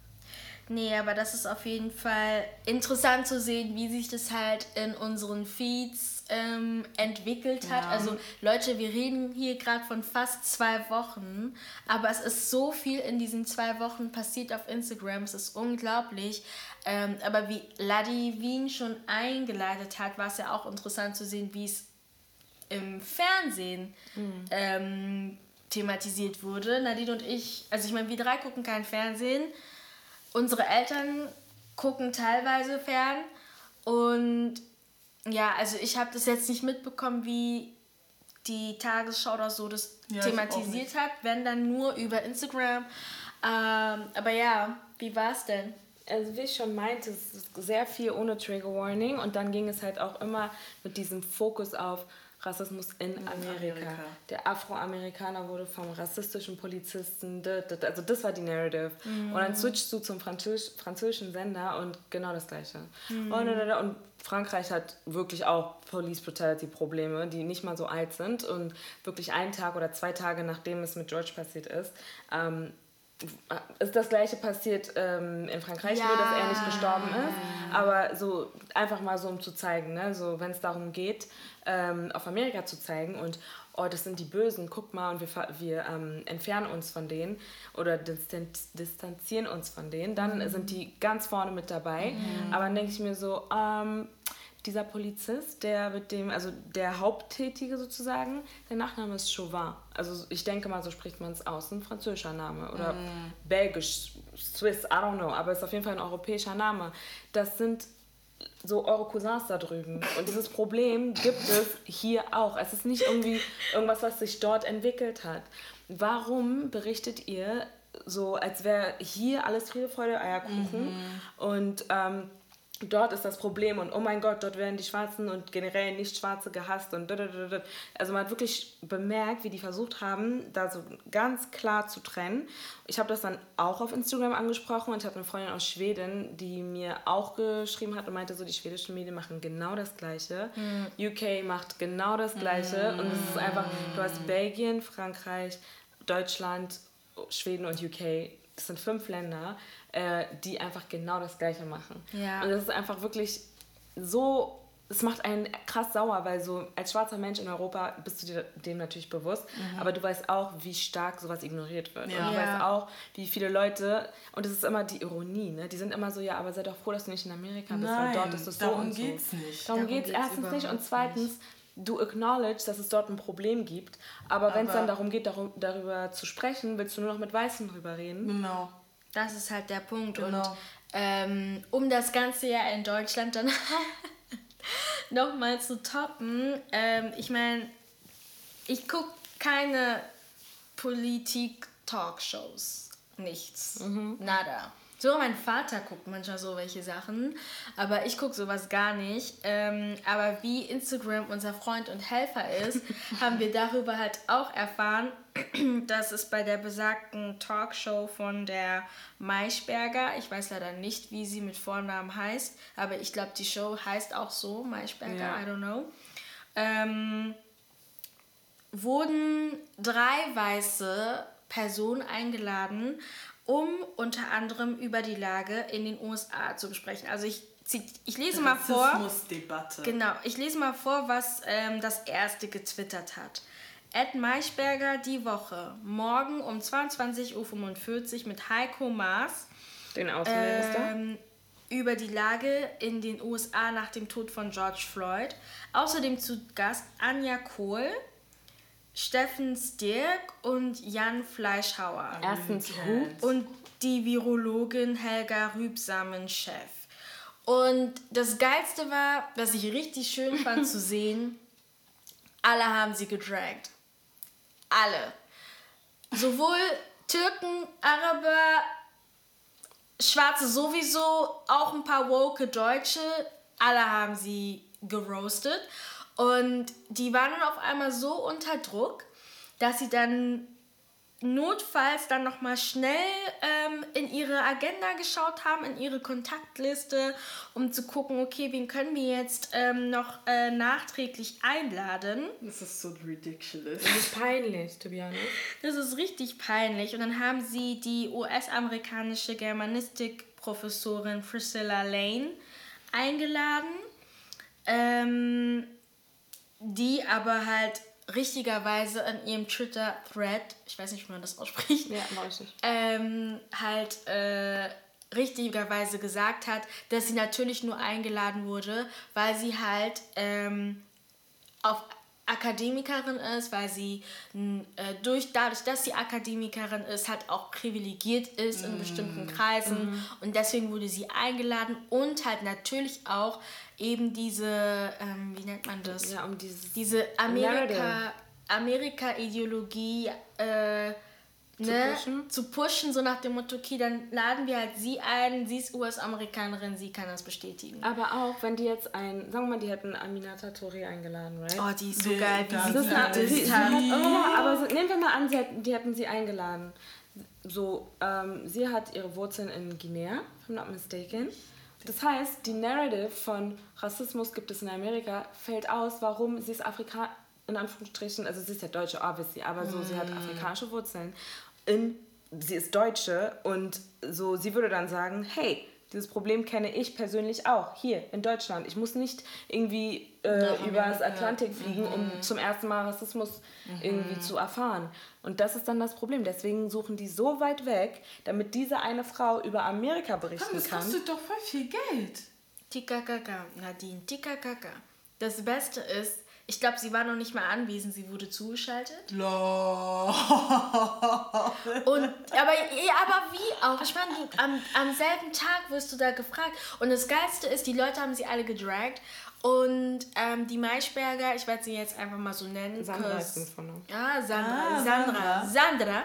Nee, aber das ist auf jeden Fall interessant zu sehen, wie sich das halt in unseren Feeds ähm, entwickelt hat. Ja. Also Leute, wir reden hier gerade von fast zwei Wochen, aber es ist so viel in diesen zwei Wochen passiert auf Instagram. Es ist unglaublich. Ähm, aber wie Ladi Wien schon eingeleitet hat, war es ja auch interessant zu sehen, wie es im Fernsehen ähm, thematisiert wurde. Nadine und ich, also ich meine, wir drei gucken kein Fernsehen. Unsere Eltern gucken teilweise fern und ja, also ich habe das jetzt nicht mitbekommen, wie die Tagesschau oder so das Ja, ich auch thematisiert nicht. hat, wenn dann nur über Instagram. Ähm, aber ja, wie war es denn? Also wie ich schon meinte, es ist sehr viel ohne Trigger Warning und dann ging es halt auch immer mit diesem Fokus auf Rassismus in, in Amerika. Amerika. Der Afroamerikaner wurde vom rassistischen Polizisten, also das war die Narrative. Mhm. Und dann switchst du zum Französ- französischen Sender und genau das Gleiche. Mhm. Und, und Frankreich hat wirklich auch Police Brutality Probleme, die nicht mal so alt sind und wirklich einen Tag oder zwei Tage nachdem es mit George passiert ist, ähm, ist das Gleiche passiert ähm, in Frankreich, ja. nur dass er nicht gestorben ist. Aber so einfach mal so, um zu zeigen, ne? So, wenn es darum geht, ähm, auf Amerika zu zeigen und oh, das sind die Bösen, guck mal, und wir, wir ähm, entfernen uns von denen oder distanz- distanzieren uns von denen, dann mhm. sind die ganz vorne mit dabei. Mhm. Aber dann denke ich mir so, ähm, dieser Polizist, der mit dem, also der Haupttätige sozusagen, der Nachname ist Chauvin. Also ich denke mal, so spricht man es aus. Ein französischer Name oder mm. belgisch, Swiss, I don't know. Aber es ist auf jeden Fall ein europäischer Name. Das sind so eure Cousins da drüben. Und dieses Problem gibt es hier auch. Es ist nicht irgendwie irgendwas, was sich dort entwickelt hat. Warum berichtet ihr so, als wäre hier alles Friede, Freude, Eierkuchen mm-hmm. und ähm, dort ist das Problem und oh mein Gott, dort werden die Schwarzen und generell Nicht-Schwarze gehasst und dadadadad. Also man hat wirklich bemerkt, wie die versucht haben, da so ganz klar zu trennen. Ich habe das dann auch auf Instagram angesprochen und ich habe eine Freundin aus Schweden, die mir auch geschrieben hat und meinte so, die schwedischen Medien machen genau das Gleiche. Mhm. U K macht genau das Gleiche mhm. und es ist einfach, du hast Belgien, Frankreich, Deutschland, Schweden und U K, das sind fünf Länder, die einfach genau das Gleiche machen. Ja. Und das ist einfach wirklich so, es macht einen krass sauer, weil so als schwarzer Mensch in Europa bist du dir dem natürlich bewusst, mhm. aber du weißt auch, wie stark sowas ignoriert wird. Ja. Und du ja. weißt auch, wie viele Leute, und das ist immer die Ironie, ne? Die sind immer so, ja, aber sei doch froh, dass du nicht in Amerika bist, Nein, weil dort ist es so darum und so. Geht's nicht. Darum, darum geht es erstens nicht und zweitens, nicht. Du acknowledge, dass es dort ein Problem gibt, aber, aber wenn es dann darum geht, darum, darüber zu sprechen, willst du nur noch mit Weißen drüber reden. Genau. Das ist halt der Punkt. Genau. Und ähm, um das Ganze ja in Deutschland dann nochmal zu toppen, ähm, ich meine, ich gucke keine Politik-Talkshows. Nichts. Mhm. Nada. So, mein Vater guckt manchmal so welche Sachen, aber ich gucke sowas gar nicht. Ähm, aber wie Instagram unser Freund und Helfer ist, haben wir darüber halt auch erfahren, dass es bei der besagten Talkshow von der Maischberger, ich weiß leider nicht, wie sie mit Vornamen heißt, aber ich glaube, die Show heißt auch so, Maischberger, ja. I don't know, ähm, wurden drei weiße Personen eingeladen, um unter anderem über die Lage in den U S A zu besprechen. Also ich, ich lese mal vor. Rassismusdebatte. Genau, ich lese mal vor, was ähm, das erste getwittert hat. Ed Maischberger die Woche. Morgen um zweiundzwanzig Uhr fünfundvierzig mit Heiko Maas. Den Außenminister. Ähm, über die Lage in den U S A nach dem Tod von George Floyd. Außerdem zu Gast Anja Kohl, Steffen Stirk und Jan Fleischhauer. Erstens Hup. Und die Virologin Helga Rübsamen-Chef. Und das Geilste war, was ich richtig schön fand zu sehen, alle haben sie gedragt. Alle. Sowohl Türken, Araber, Schwarze sowieso, auch ein paar woke Deutsche, alle haben sie geroastet. Und die waren dann auf einmal so unter Druck, dass sie dann notfalls dann nochmal schnell ähm, in ihre Agenda geschaut haben, in ihre Kontaktliste, um zu gucken, okay, wen können wir jetzt ähm, noch äh, nachträglich einladen. Das ist so ridiculous. Das ist peinlich, to be honest. Das ist richtig peinlich. Und dann haben sie die U S-amerikanische Germanistik-Professorin Priscilla Lane eingeladen, ähm, die aber halt richtigerweise in ihrem Twitter-Thread, ich weiß nicht, wie man das ausspricht, ja, weiß ich. Ähm, halt äh, richtigerweise gesagt hat, dass sie natürlich nur eingeladen wurde, weil sie halt ähm, auf Akademikerin ist, weil sie äh, durch, dadurch, dass sie Akademikerin ist, halt auch privilegiert ist in mm. bestimmten Kreisen mm. und deswegen wurde sie eingeladen und halt natürlich auch eben diese, ähm, wie nennt man das? Ja, um dieses diese Amerika, Amerika-Ideologie äh, ne, pushen? zu pushen, so nach dem Motto, okay, dann laden wir halt sie ein, sie ist U S-Amerikanerin, sie kann das bestätigen. Aber auch, wenn die jetzt ein, sagen wir mal, die hätten Aminata Touré eingeladen, right? Oh, die ist so Die- geil, wie das sie Das die ist eine, sie, sie hat, hat. oh, aber so, nehmen wir mal an, sie hat, die hätten sie eingeladen. So, ähm, sie hat ihre Wurzeln in Guinea, if I'm not mistaken. Das heißt, die Narrative von Rassismus gibt es in Amerika, fällt aus, warum sie ist Afrika, in Anführungsstrichen, also sie ist ja Deutsche, obviously, aber so, sie hat afrikanische Wurzeln. In, sie ist Deutsche und so, sie würde dann sagen, hey, dieses Problem kenne ich persönlich auch, hier in Deutschland. Ich muss nicht irgendwie äh, übers Atlantik fliegen, um zum ersten Mal Rassismus irgendwie zu erfahren. Und das ist dann das Problem. Deswegen suchen die so weit weg, damit diese eine Frau über Amerika berichten Das kann. kostet doch voll viel Geld. Tikakaka, Nadine, Tikakaka. Das Beste ist, ich glaube, sie war noch nicht mal anwesend, sie wurde zugeschaltet. Lol. Und, aber, ja, aber wie auch? Ich meine, du, am, am selben Tag wirst du da gefragt. Und das Geilste ist, die Leute haben sie alle gedragt. Und ähm, die Maischberger, ich werde sie jetzt einfach mal so nennen. Sandra ist 'cause- ein Vorname. Ja, Sandra. Ah, Sandra. Sandra.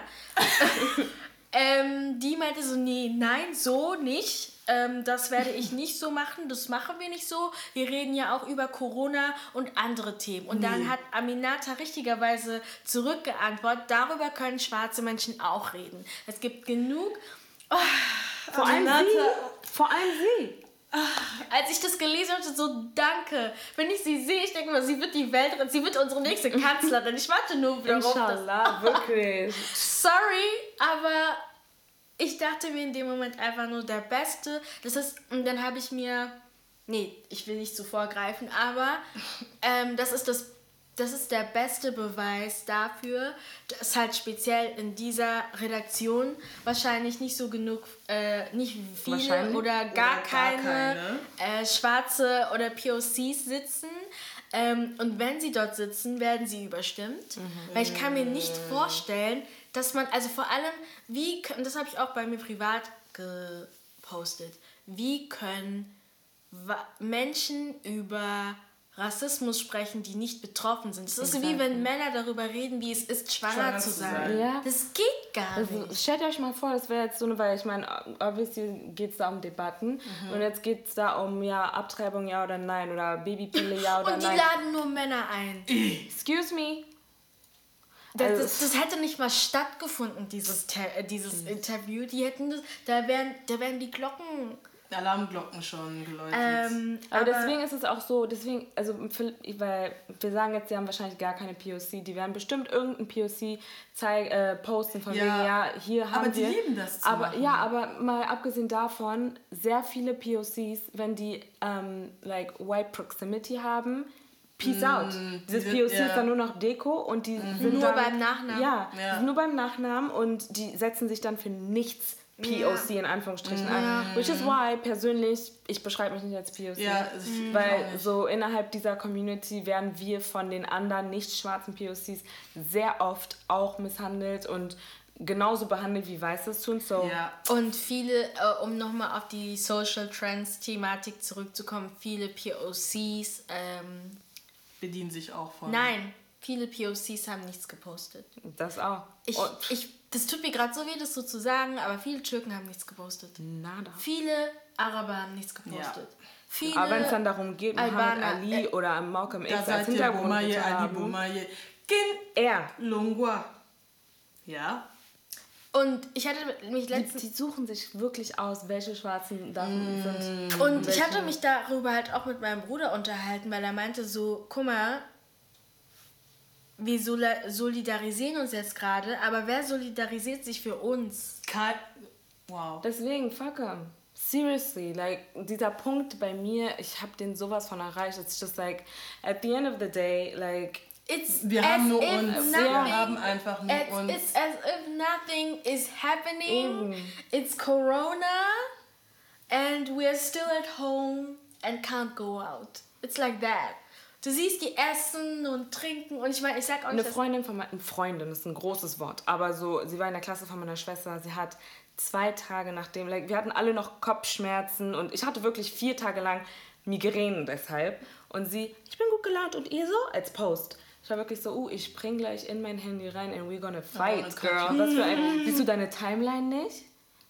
ähm, die meinte so, nee, nein, so nicht. Ähm, das werde ich nicht so machen, das machen wir nicht so. Wir reden ja auch über Corona und andere Themen. Und dann Nee. hat Aminata richtigerweise zurückgeantwortet, darüber können schwarze Menschen auch reden. Es gibt genug... Oh, Vor allem Aminata- sie. Vor allem sie. als ich das gelesen habe, so danke. Wenn ich sie sehe, ich denke mal, sie wird die Welt, sie wird unsere nächste Kanzlerin. Ich warte nur darauf, dass... Inshallah, wirklich. Sorry, aber ich dachte mir in dem Moment einfach nur der Beste. Das ist, und dann habe ich mir, nee, ich will nicht zu vorgreifen, aber ähm, das ist das, das ist der beste Beweis dafür, dass halt speziell in dieser Redaktion wahrscheinlich nicht so genug, äh, nicht viele Wahrscheinlich. oder gar Oder gar keine, keine. Äh, Schwarze oder P O Cs sitzen. Ähm, und wenn sie dort sitzen, werden sie überstimmt. Weil ich kann mir nicht vorstellen, dass man, also vor allem, wie, kö- und das habe ich auch bei mir privat gepostet, wie können wa- Menschen über Rassismus sprechen, die nicht betroffen sind. Das ist wie wenn Männer darüber reden, wie es ist, schwanger, Schwanger zu zu sein. sein. Ja. Das geht gar Also, nicht. stellt euch mal vor, das wäre jetzt so eine, weil ich meine, obviously geht es da um Debatten Mhm. und jetzt geht es da um ja, Abtreibung ja oder nein oder Babypille ja oder Und die nein. laden nur Männer ein. Excuse me. Das, Also- das, das hätte nicht mal stattgefunden, dieses, Te- äh, dieses Interview. Die hätten das, da wären, da wären die Glocken. Alarmglocken schon geläutet. Ähm, Aber, deswegen ist es auch so, deswegen, also, für- weil wir sagen jetzt, sie haben wahrscheinlich gar keine P O C, die werden bestimmt irgendein P O C zeig, äh, posten von Ja, wegen, ja, hier haben aber die wir. lieben das zu aber, machen. Ja, aber mal abgesehen davon, sehr viele P O Cs, wenn die ähm, like White Proximity haben, peace out. Dieses die P O C sind- ja. ist dann nur noch Deko und die sind Nur dann, beim Nachnamen. Ja, Ja. die sind nur beim Nachnamen und die setzen sich dann für nichts P O C in Anführungsstrichen an. Which is why, persönlich, ich beschreibe mich nicht als P O C. Ja, also ich- weil auch nicht. so innerhalb dieser Community werden wir von den anderen nicht schwarzen P O Cs sehr oft auch misshandelt und genauso behandelt wie Weiße es tun. So, Ja. Und viele, äh, um nochmal auf die Social Trends Thematik zurückzukommen, viele P O Cs, ähm, Bedienen sich auch von. nein, viele P O Cs haben nichts gepostet. das auch. Ich, Und ich, das tut mir gerade so weh, das so zu sagen, aber viele Türken haben nichts gepostet. nada. Viele Araber haben nichts gepostet. Viele Aber wenn es dann darum geht, Muhammad Albaner, Ali äh, oder Malcolm X Da als seid ihr Hintergrund Bomaye, zu Ali haben, Bomaye. Kin er. Longwa. Ja. Und ich hatte mich Die, letztens... die suchen sich wirklich aus, welche Schwarzen da Mm. sind. Und ich welche- hatte mich darüber halt auch mit meinem Bruder unterhalten, weil er meinte so, guck mal, wir sola- solidarisieren uns jetzt gerade, aber wer solidarisiert sich für uns? Kein, wow. Deswegen, fuck 'em. Seriously, like, dieser Punkt bei mir, ich habe den sowas von erreicht. It's just like, at the end of the day, like, It's Wir as haben nur if uns. nothing- Wir haben einfach nur it's, uns. It's as if nothing is happening. Eben. It's Corona and we're still at home and can't go out. It's like that. Du siehst die essen und trinken und ich meine, ich sag auch eine nicht, dass- Freundin von meiner, Freundin ist ein großes Wort, aber so, sie war in der Klasse von meiner Schwester, sie hat zwei Tage nachdem, like, wir hatten alle noch Kopfschmerzen und ich hatte wirklich vier Tage lang Migräne deshalb und sie, ich bin gut gelaunt und ihr so, als Post. Ich war wirklich so, uh, ich spring gleich in mein Handy rein and we're gonna fight, girl. Was für ein, siehst du deine Timeline nicht?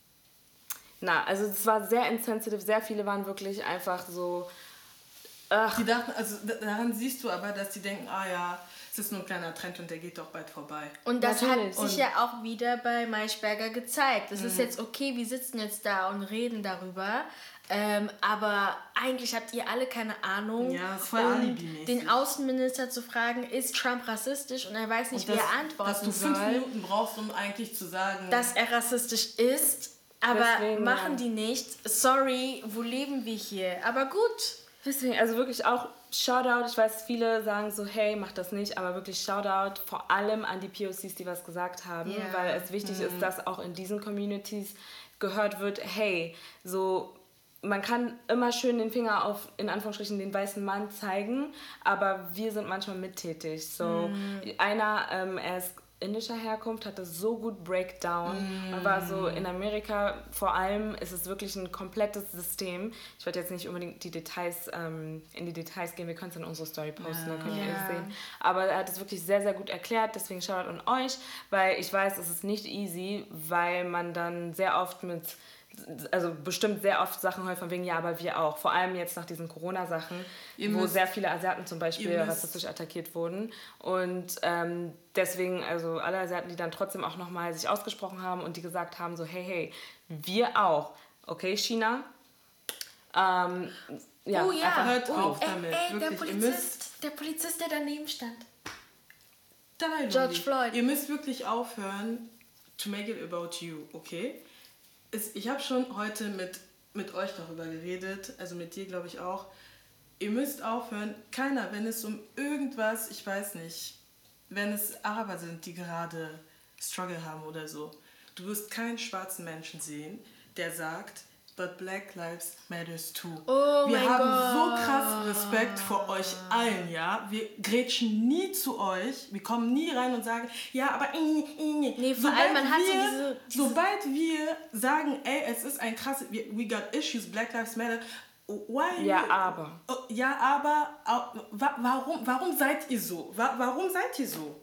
Na, also es war sehr insensitive. Sehr viele waren wirklich einfach so... Ach. Die dachten, also daran siehst du aber, dass die denken, ah ja, es ist nur ein kleiner Trend und der geht doch bald vorbei. Und das Natürlich. hat sich Und ja auch wieder bei Maischberger gezeigt. Es mhm. ist jetzt okay, wir sitzen jetzt da und reden darüber, ähm, aber eigentlich habt ihr alle keine Ahnung, ja, das war um alibimäßig. Den Außenminister zu fragen, ist Trump rassistisch? Und er weiß nicht, und das, wie er antworten dass du soll. fünf Minuten brauchst, um eigentlich zu sagen... Dass er rassistisch ist, aber Deswegen, machen ja. die nicht. Sorry, wo leben wir hier? Aber gut. Deswegen, also wirklich auch Shoutout, ich weiß, viele sagen so, hey, mach das nicht, aber wirklich Shoutout vor allem an die P O Cs, die was gesagt haben, yeah. weil es wichtig mhm. ist, dass auch in diesen Communities gehört wird, hey, so, man kann immer schön den Finger auf, in Anführungsstrichen, den weißen Mann zeigen, aber wir sind manchmal mittätig. So, mm. einer, ähm, er ist indischer Herkunft, hatte so gut Breakdown. Mm. Man war so, in Amerika vor allem ist es wirklich ein komplettes System. Ich werde jetzt nicht unbedingt die Details, ähm, in die Details gehen, wir können es in unsere Story posten, ja. dann könnt ihr ja. es sehen. Aber er hat es wirklich sehr, sehr gut erklärt, deswegen Shoutout an euch, weil ich weiß, es ist nicht easy, weil man dann sehr oft mit also bestimmt sehr oft Sachen hört von wegen, ja, aber wir auch. Vor allem jetzt nach diesen Corona-Sachen, ihr wo müsst, sehr viele Asiaten zum Beispiel rassistisch attackiert wurden. Und ähm, deswegen, also alle Asiaten, die dann trotzdem auch nochmal sich ausgesprochen haben und die gesagt haben, so, hey, hey, wir auch. Okay, China? Ähm, ja, oh ja, einfach hört oh, auf ey, damit. Ey, wirklich, der, ihr Polizist, müsst, der Polizist, der daneben stand. George Floyd. Ihr müsst wirklich aufhören, to make it about you, okay? Ich habe schon heute mit, mit euch darüber geredet, also mit dir glaube ich auch. Ihr müsst aufhören, keiner, wenn es um irgendwas, ich weiß nicht, wenn es Araber sind, die gerade Struggle haben oder so, du wirst keinen schwarzen Menschen sehen, der sagt, but Black Lives Matters too. Oh wir mein haben Gott. so krass Respekt vor euch allen, ja. Wir grätschen nie zu euch, wir kommen nie rein und sagen, ja, aber äh, äh. Nee, vor allem man hat wir, so diese, diese... Sobald wir sagen, ey, es ist ein krasses, we, we got issues, Black Lives Matter, why ja, you, aber. Oh, ja, aber, wa, warum, warum seid ihr so? Wa, warum seid ihr so?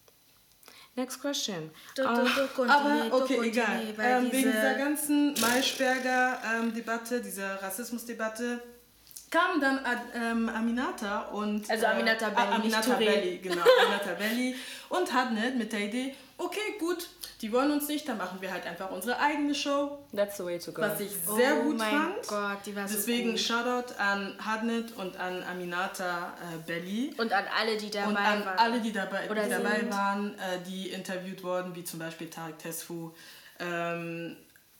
Next question. Du, du, du, uh, aber okay, du, egal. Ähm, wegen dieser ganzen Maischberger-Debatte, ähm, dieser Rassismusdebatte, kamen dann ähm, Aminata und... Also Aminata äh, Belli, Aminata nicht Belli, genau. Aminata Belli und Hadnet mit der Idee, okay, gut, die wollen uns nicht, dann machen wir halt einfach unsere eigene Show. That's the way to go. Was ich sehr oh gut mein fand. Gott, die war so Deswegen gut. Shoutout an Hadnet und an Aminata äh, Belli. Und an alle, die dabei und an waren. alle, die dabei, Oder die dabei sind. waren, äh, die interviewt wurden, wie zum Beispiel Tarek Tesfu, ähm,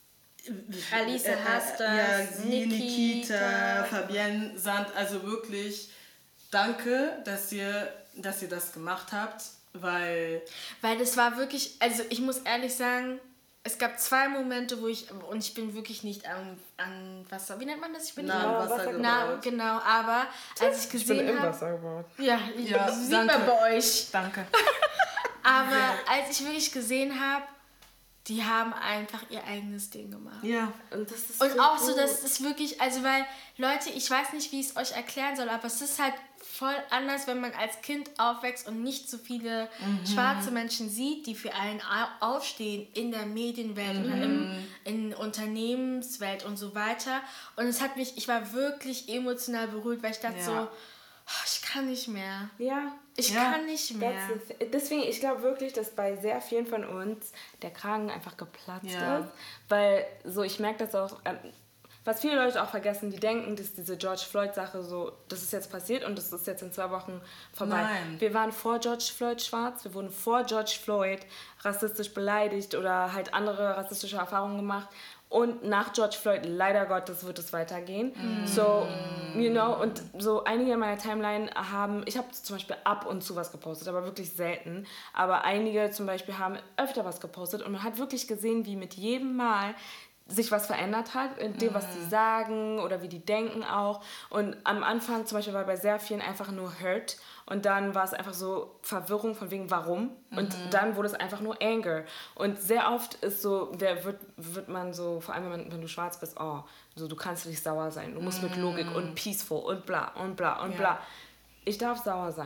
Alice äh, äh, Hastas, ja, sie, Nikita, Nikita, Fabienne Sand, also wirklich danke, dass ihr, dass ihr das gemacht habt, weil... Weil das war wirklich, also ich muss ehrlich sagen, es gab zwei Momente, wo ich, und ich bin wirklich nicht an, an Wasser, wie nennt man das? Ich bin Na, nicht an Wasser Na, gebaut. genau, aber als ich gesehen ich bin im habe... Wasser gebaut. Ja, Ja, sieht danke. man bei euch. Danke. Aber als ich wirklich gesehen habe, die haben einfach ihr eigenes Ding gemacht. Ja. Und, das ist Und so auch gut. so, dass es wirklich, also weil, Leute, ich weiß nicht, wie ich es euch erklären soll, aber es ist halt voll anders, wenn man als Kind aufwächst und nicht so viele mhm. schwarze Menschen sieht, die für einen au- aufstehen in der Medienwelt mhm. oder im, in Unternehmenswelt und so weiter. Und es hat mich, ich war wirklich emotional berührt, weil ich dachte Ja. so, oh, ich kann nicht mehr. Ja. Ich Ja. kann nicht mehr. That's the th- Deswegen, ich glaube wirklich, dass bei sehr vielen von uns der Kragen einfach geplatzt Ja. ist. Weil so, ich merke das auch, ähm, was viele Leute auch vergessen, die denken, dass diese George Floyd-Sache so, das ist jetzt passiert und das ist jetzt in zwei Wochen vorbei. Nein. Wir waren vor George Floyd schwarz, wir wurden vor George Floyd rassistisch beleidigt oder halt andere rassistische Erfahrungen gemacht. Und nach George Floyd, leider Gottes, wird es weitergehen. Mm. So, you know, und so einige in meiner Timeline haben, ich habe zum Beispiel ab und zu was gepostet, aber wirklich selten. Aber einige zum Beispiel haben öfter was gepostet und man hat wirklich gesehen, wie mit jedem Mal sich was verändert hat, in dem, was die sagen oder wie die denken auch. Und am Anfang zum Beispiel war bei sehr vielen einfach nur Hurt und dann war es einfach so Verwirrung von wegen warum und mhm. dann wurde es einfach nur Anger. Und sehr oft ist so, der wird, wird man so, vor allem wenn, man, wenn du schwarz bist, oh, so, du kannst nicht sauer sein, du musst mhm. mit Logik und peaceful und bla und bla und ja. bla. Ich darf sauer sein.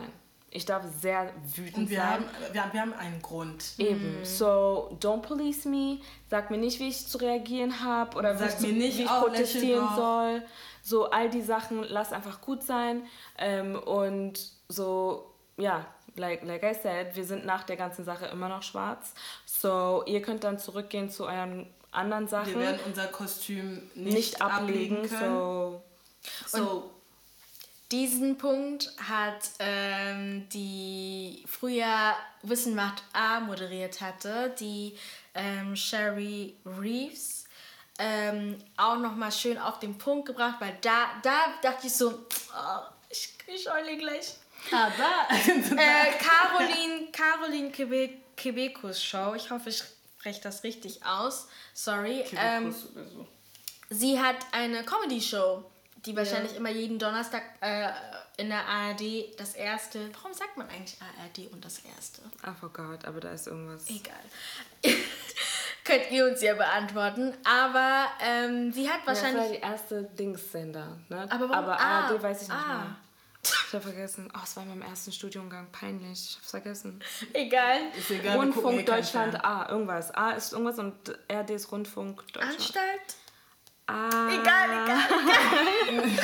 Ich darf sehr wütend Und wir sein. haben, wir, haben, wir haben einen Grund. Eben. So, don't police me. Sag mir nicht, wie ich zu reagieren habe oder Sag wie, mir nicht, wie ich oh, protestieren lächel doch. soll. So, all die Sachen, lass einfach gut sein. Ähm, und so, ja, like, like I said, wir sind nach der ganzen Sache immer noch schwarz. So, ihr könnt dann zurückgehen zu euren anderen Sachen. Wir werden unser Kostüm nicht, nicht ablegen. ablegen können. So, So, Diesen Punkt hat ähm, die früher Wissen macht A moderiert hatte, die ähm, Sherry Reeves, ähm, auch nochmal schön auf den Punkt gebracht, weil da, da dachte ich so, oh, ich, ich heule gleich. ah, da. Äh, Caroline, Caroline Quebe- Quebecos Show, ich hoffe, ich spreche das richtig aus, sorry. Ähm, oder so. sie hat eine Comedy-Show, die wahrscheinlich immer jeden Donnerstag äh, in der A R D das erste. Warum sagt man eigentlich A R D und das erste? I forgot, aber da ist irgendwas. Egal. Könnt ihr uns ja beantworten. Aber ähm, sie hat Ja, das war wahrscheinlich. die erste Dingssender, ne? Aber warum? Aber Ah, A R D weiß ich nicht ah. mehr. Ich habe vergessen. Oh, es war in meinem ersten Studiengang. Peinlich. Ich hab's vergessen. Egal. Ist egal, wir gucken eh Rundfunk keinen Deutschland Fern. A. Irgendwas. A ist irgendwas und R D ist Rundfunk Deutschland. Anstalt? Ah. Egal, egal, egal.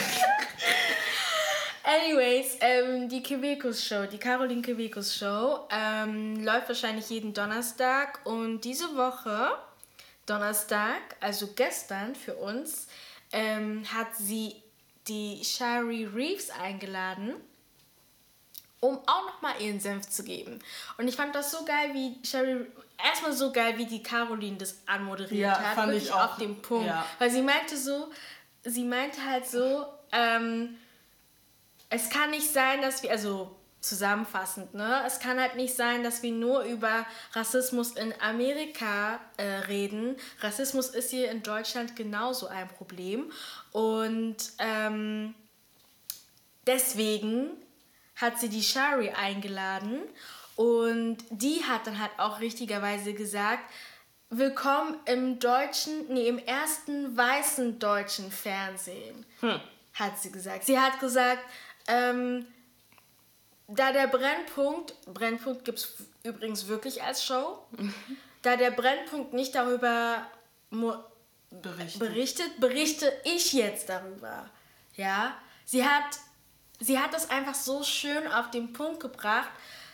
Anyways, ähm, die Quebecos Show, die Caroline Quebecos Show, ähm, läuft wahrscheinlich jeden Donnerstag und diese Woche, Donnerstag, also gestern für uns, ähm, hat sie die Sherry Reeves eingeladen, um auch nochmal ihren Senf zu geben. Und ich fand das so geil, wie Sherry, erstmal so geil, wie die Caroline das anmoderiert Ja, hat, fand wirklich ich auch. auf den Punkt. Ja. Weil sie meinte so, sie meinte halt so, ähm, es kann nicht sein, dass wir, also zusammenfassend, ne, es kann halt nicht sein, dass wir nur über Rassismus in Amerika äh, reden. Rassismus ist hier in Deutschland genauso ein Problem. Und ähm, deswegen hat sie die Shari eingeladen und die hat dann halt auch richtigerweise gesagt, willkommen im deutschen, nee, im ersten weißen deutschen Fernsehen, hm. hat sie gesagt. Sie hat gesagt, ähm, da der Brennpunkt, Brennpunkt gibt es übrigens wirklich als Show, da der Brennpunkt nicht darüber mo- Berichtet. berichtet, berichte ich jetzt darüber. Ja, sie hat, sie hat das einfach so schön auf den Punkt gebracht,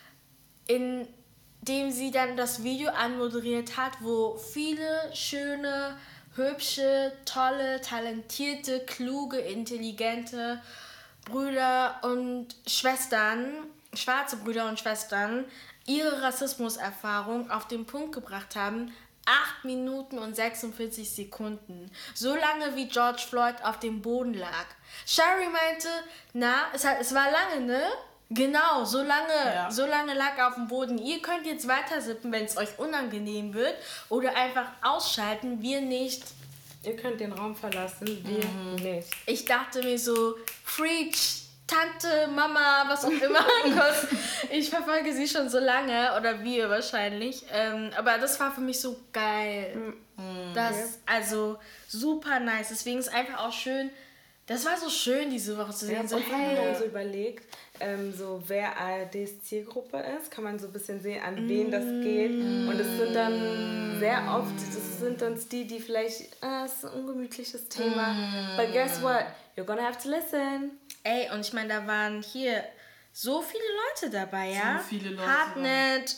indem sie dann das Video anmoderiert hat, wo viele schöne, hübsche, tolle, talentierte, kluge, intelligente Brüder und Schwestern, schwarze Brüder und Schwestern, ihre Rassismuserfahrung auf den Punkt gebracht haben. acht Minuten und sechsundvierzig Sekunden. So lange wie George Floyd auf dem Boden lag. Sherry meinte, na, es, hat, es war lange, ne? Genau, so lange, Ja. so lange lag er auf dem Boden. Ihr könnt jetzt weiter sippen, wenn es euch unangenehm wird. Oder einfach ausschalten, wir nicht. Ihr könnt den Raum verlassen, wir Mhm. nicht. Ich dachte mir so, Freak, Tante, Mama, was auch immer. Ich verfolge sie schon so lange, oder wir wahrscheinlich. Ähm, aber das war für mich so geil. Das, also super nice. Deswegen ist einfach auch schön, das war so schön diese Woche zu Ja, sehen. und So, vor allem, wenn man so hey. überlegt, ähm, so wer A R Ds Zielgruppe ist, kann man so ein bisschen sehen, an wen das geht. Und es sind dann sehr oft, das sind dann die, die vielleicht, ah, es ist ein ungemütliches Thema. But guess what? You're gonna have to listen. Ey, und ich meine, da waren hier so viele Leute dabei, ja? So viele Leute Hartnett,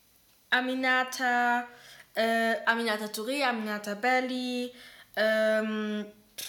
Aminata, äh, Aminata Touré, Aminata Belli, ähm,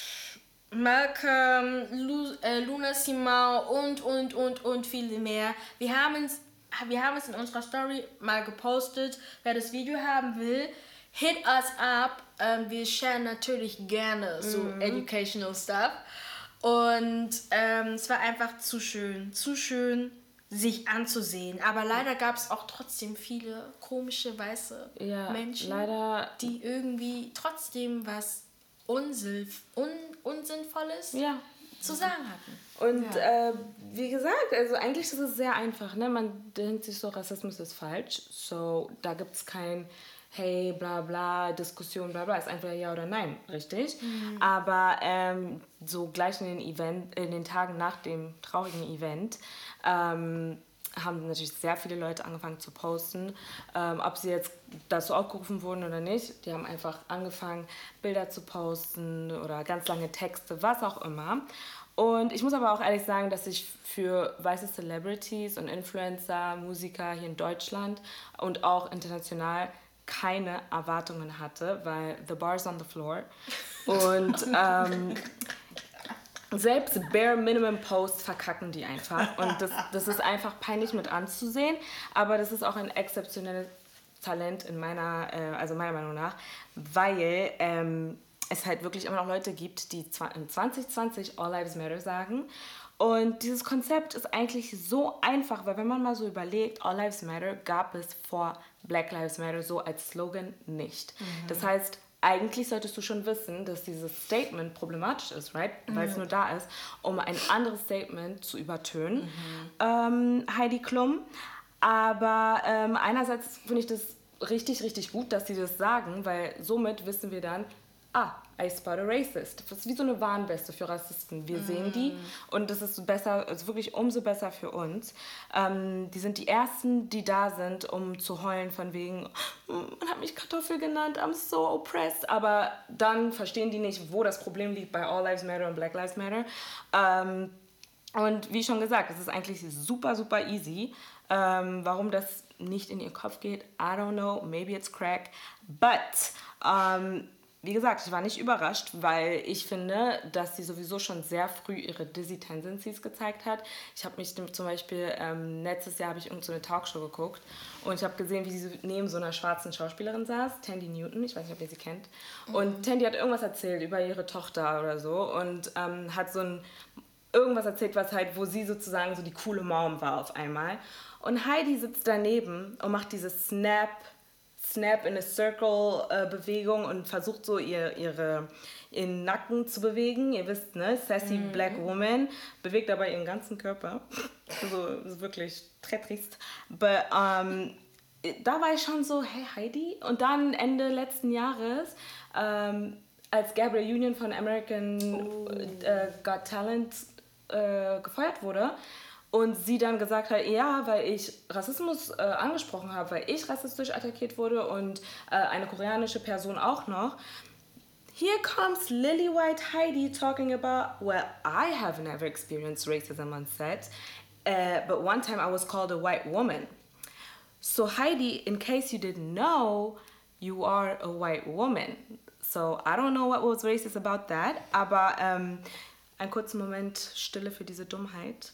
Malcolm, Lu, äh, Luna Simao und, und, und, und viele mehr. Wir haben es wir haben es in unserer Story mal gepostet. Wer das Video haben will, hit us up. Ähm, wir sharen natürlich gerne so Mhm. educational stuff. Und ähm, es war einfach zu schön, zu schön, sich anzusehen. Aber leider gab es auch trotzdem viele komische weiße Ja, Menschen, leider- die irgendwie trotzdem was Unsilf, un, Unsinnvolles Ja. zu sagen hatten. Und äh, wie gesagt, also eigentlich ist es sehr einfach. Ne? Man denkt sich so, Rassismus ist falsch. So, da gibt es kein hey, bla bla, Diskussion, bla bla. Ist einfach ja oder nein, richtig? Aber ähm, so gleich in den, Event, in den Tagen nach dem traurigen Event ähm, haben natürlich sehr viele Leute angefangen zu posten, ähm, ob sie jetzt dazu aufgerufen wurden oder nicht. Die haben einfach angefangen, Bilder zu posten oder ganz lange Texte, was auch immer. Und ich muss aber auch ehrlich sagen, dass ich für weiße Celebrities und Influencer, Musiker hier in Deutschland und auch international keine Erwartungen hatte, weil the bar's on the floor. Und ähm, selbst Bare Minimum Posts verkacken die einfach. Und das, das ist einfach peinlich mit anzusehen. Aber das ist auch ein exzeptionelles Talent in meiner, äh, also meiner Meinung nach, weil ähm, es halt wirklich immer noch Leute gibt, die in zwanzig zwanzig All Lives Matter sagen. Und dieses Konzept ist eigentlich so einfach, weil wenn man mal so überlegt, All Lives Matter gab es vor Black Lives Matter so als Slogan nicht. Mhm. Das heißt, eigentlich solltest du schon wissen, dass dieses Statement problematisch ist, right? Mhm. Weil es nur da ist, um ein anderes Statement zu übertönen. Mhm. Ähm, Heidi Klum. Aber ähm, einerseits finde ich das richtig, richtig gut, dass sie das sagen, weil somit wissen wir dann, ah, I spot a racist. Das ist wie so eine Warnweste für Rassisten. Wir mm. sehen die und das ist besser, ist wirklich umso besser für uns. Ähm, die sind die Ersten, die da sind, um zu heulen von wegen, man hat mich Kartoffel genannt, I'm so oppressed. Aber dann verstehen die nicht, wo das Problem liegt bei All Lives Matter und Black Lives Matter. Ähm, und wie schon gesagt, es ist eigentlich super, super easy. Ähm, warum das nicht in ihr Kopf geht, I don't know, maybe it's crack. But, ähm, wie gesagt, ich war nicht überrascht, weil ich finde, dass sie sowieso schon sehr früh ihre Dizzy Tendencies gezeigt hat. Ich habe mich zum Beispiel, ähm, letztes Jahr habe ich irgendeine so Talkshow geguckt und ich habe gesehen, wie sie neben so einer schwarzen Schauspielerin saß, Tandy Newton, ich weiß nicht, ob ihr sie kennt. Mhm. Und Tandy hat irgendwas erzählt über ihre Tochter oder so und ähm, hat so ein, irgendwas erzählt, was halt, wo sie sozusagen so die coole Mom war auf einmal. Und Heidi sitzt daneben und macht diese Snap, Snap in a Circle äh, Bewegung und versucht so ihr, ihre, ihren Nacken zu bewegen. Ihr wisst, ne? Sassy mm. Black Woman. Bewegt aber ihren ganzen Körper. Also ist wirklich très trist. But, um, da war ich schon so, hey Heidi. Und dann Ende letzten Jahres, ähm, als Gabrielle Union von American oh. äh, Got Talent äh, gefeuert wurde, und sie dann gesagt hat, ja, weil ich Rassismus äh, angesprochen habe, weil ich rassistisch attackiert wurde und äh, eine koreanische Person auch noch. Here comes Lily White Heidi talking about, well, I have never experienced racism on set, uh, but one time I was called a white woman. So Heidi, in case you didn't know, you are a white woman. So I don't know what was racist about that, aber ähm, einen kurzen Moment Stille für diese Dummheit.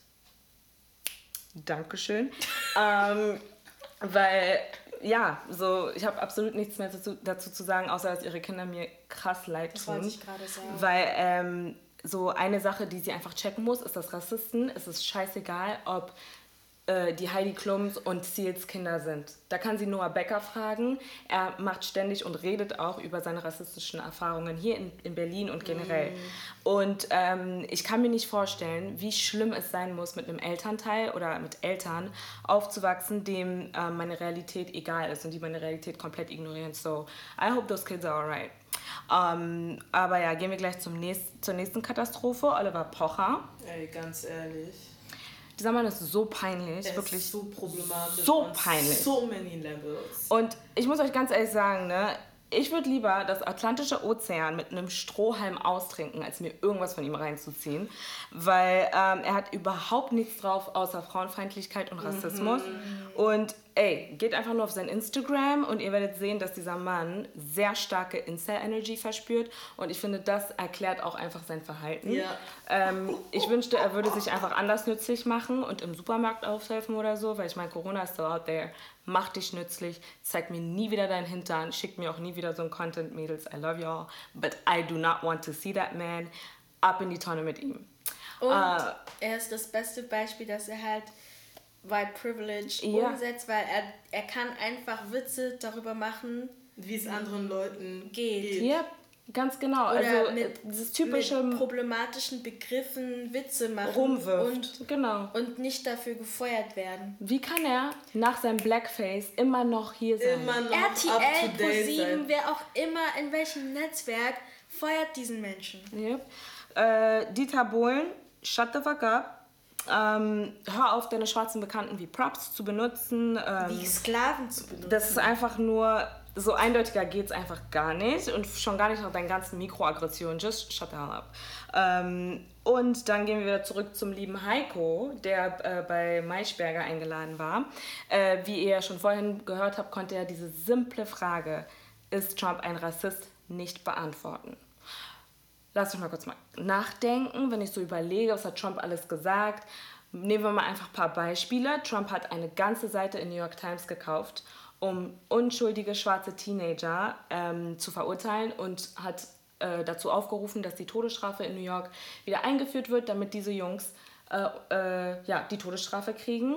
Dankeschön. ähm, weil, ja, so, ich habe absolut nichts mehr dazu, dazu zu sagen, außer dass ihre Kinder mir krass leid tun. Das wollte ich gerade sagen. Weil ähm, so eine Sache, die sie einfach checken muss, ist, dass Rassisten, es ist scheißegal, ob äh, die Heidi Klums und Seals Kinder sind. Da kann sie Noah Becker fragen. Er macht ständig und redet auch über seine rassistischen Erfahrungen hier in, in Berlin und generell. Mm. Und ähm, ich kann mir nicht vorstellen, wie schlimm es sein muss, mit einem Elternteil oder mit Eltern aufzuwachsen, dem äh, meine Realität egal ist und die meine Realität komplett ignorieren. So, I hope those kids are alright. Um, aber ja, gehen wir gleich zum nächsten, zur nächsten Katastrophe. Oliver Pocher. Ey, ganz ehrlich. Dieser Mann ist so peinlich, er wirklich ist so problematisch. So peinlich. So many levels. Und ich muss euch ganz ehrlich sagen, ne, ich würde lieber das Atlantische Ozean mit einem Strohhalm austrinken, als mir irgendwas von ihm reinzuziehen, weil ähm, er hat überhaupt nichts drauf, außer Frauenfeindlichkeit und Rassismus. Mhm. Und ey, geht einfach nur auf sein Instagram und ihr werdet sehen, dass dieser Mann sehr starke Incel-Energy verspürt und ich finde, das erklärt auch einfach sein Verhalten. Ja. Ähm, ich wünschte, er würde sich einfach anders nützlich machen und im Supermarkt aufhelfen oder so, weil ich meine, Corona ist still out there. Mach dich nützlich, zeig mir nie wieder deinen Hintern, schick mir auch nie wieder so ein Content, Mädels, I love y'all, but I do not want to see that man. Ab in die Tonne mit ihm. Und uh, er ist das beste Beispiel, dass er halt White Privilege ja. umsetzt, weil er, er kann einfach Witze darüber machen, wie es anderen Leuten geht. geht. Ja, ganz genau. Oder also mit, dieses typische mit problematischen Begriffen Witze machen rumwirft. Und, genau. und nicht dafür gefeuert werden. Wie kann er nach seinem Blackface immer noch hier sein? Immer noch R T L, ProSieben, wer auch immer, in welchem Netzwerk, feuert diesen Menschen. Yep. Äh, Dieter Bohlen, shut the fuck up. ähm, hör auf, deine schwarzen Bekannten wie Props zu benutzen. Ähm, wie Sklaven zu benutzen. Das ist einfach nur, so eindeutiger geht es einfach gar nicht und schon gar nicht nach deinen ganzen Mikroaggressionen. Just shut the hell up. Ähm, und dann gehen wir wieder zurück zum lieben Heiko, der äh, bei Maischberger eingeladen war. Äh, wie ihr ja schon vorhin gehört habt, konnte er diese simple Frage, ist Trump ein Rassist, nicht beantworten. Lass mich mal kurz mal nachdenken, wenn ich so überlege, was hat Trump alles gesagt. Nehmen wir mal einfach ein paar Beispiele. Trump hat eine ganze Seite in New York Times gekauft, um unschuldige schwarze Teenager ähm, zu verurteilen und hat äh, dazu aufgerufen, dass die Todesstrafe in New York wieder eingeführt wird, damit diese Jungs äh, äh, ja, die Todesstrafe kriegen.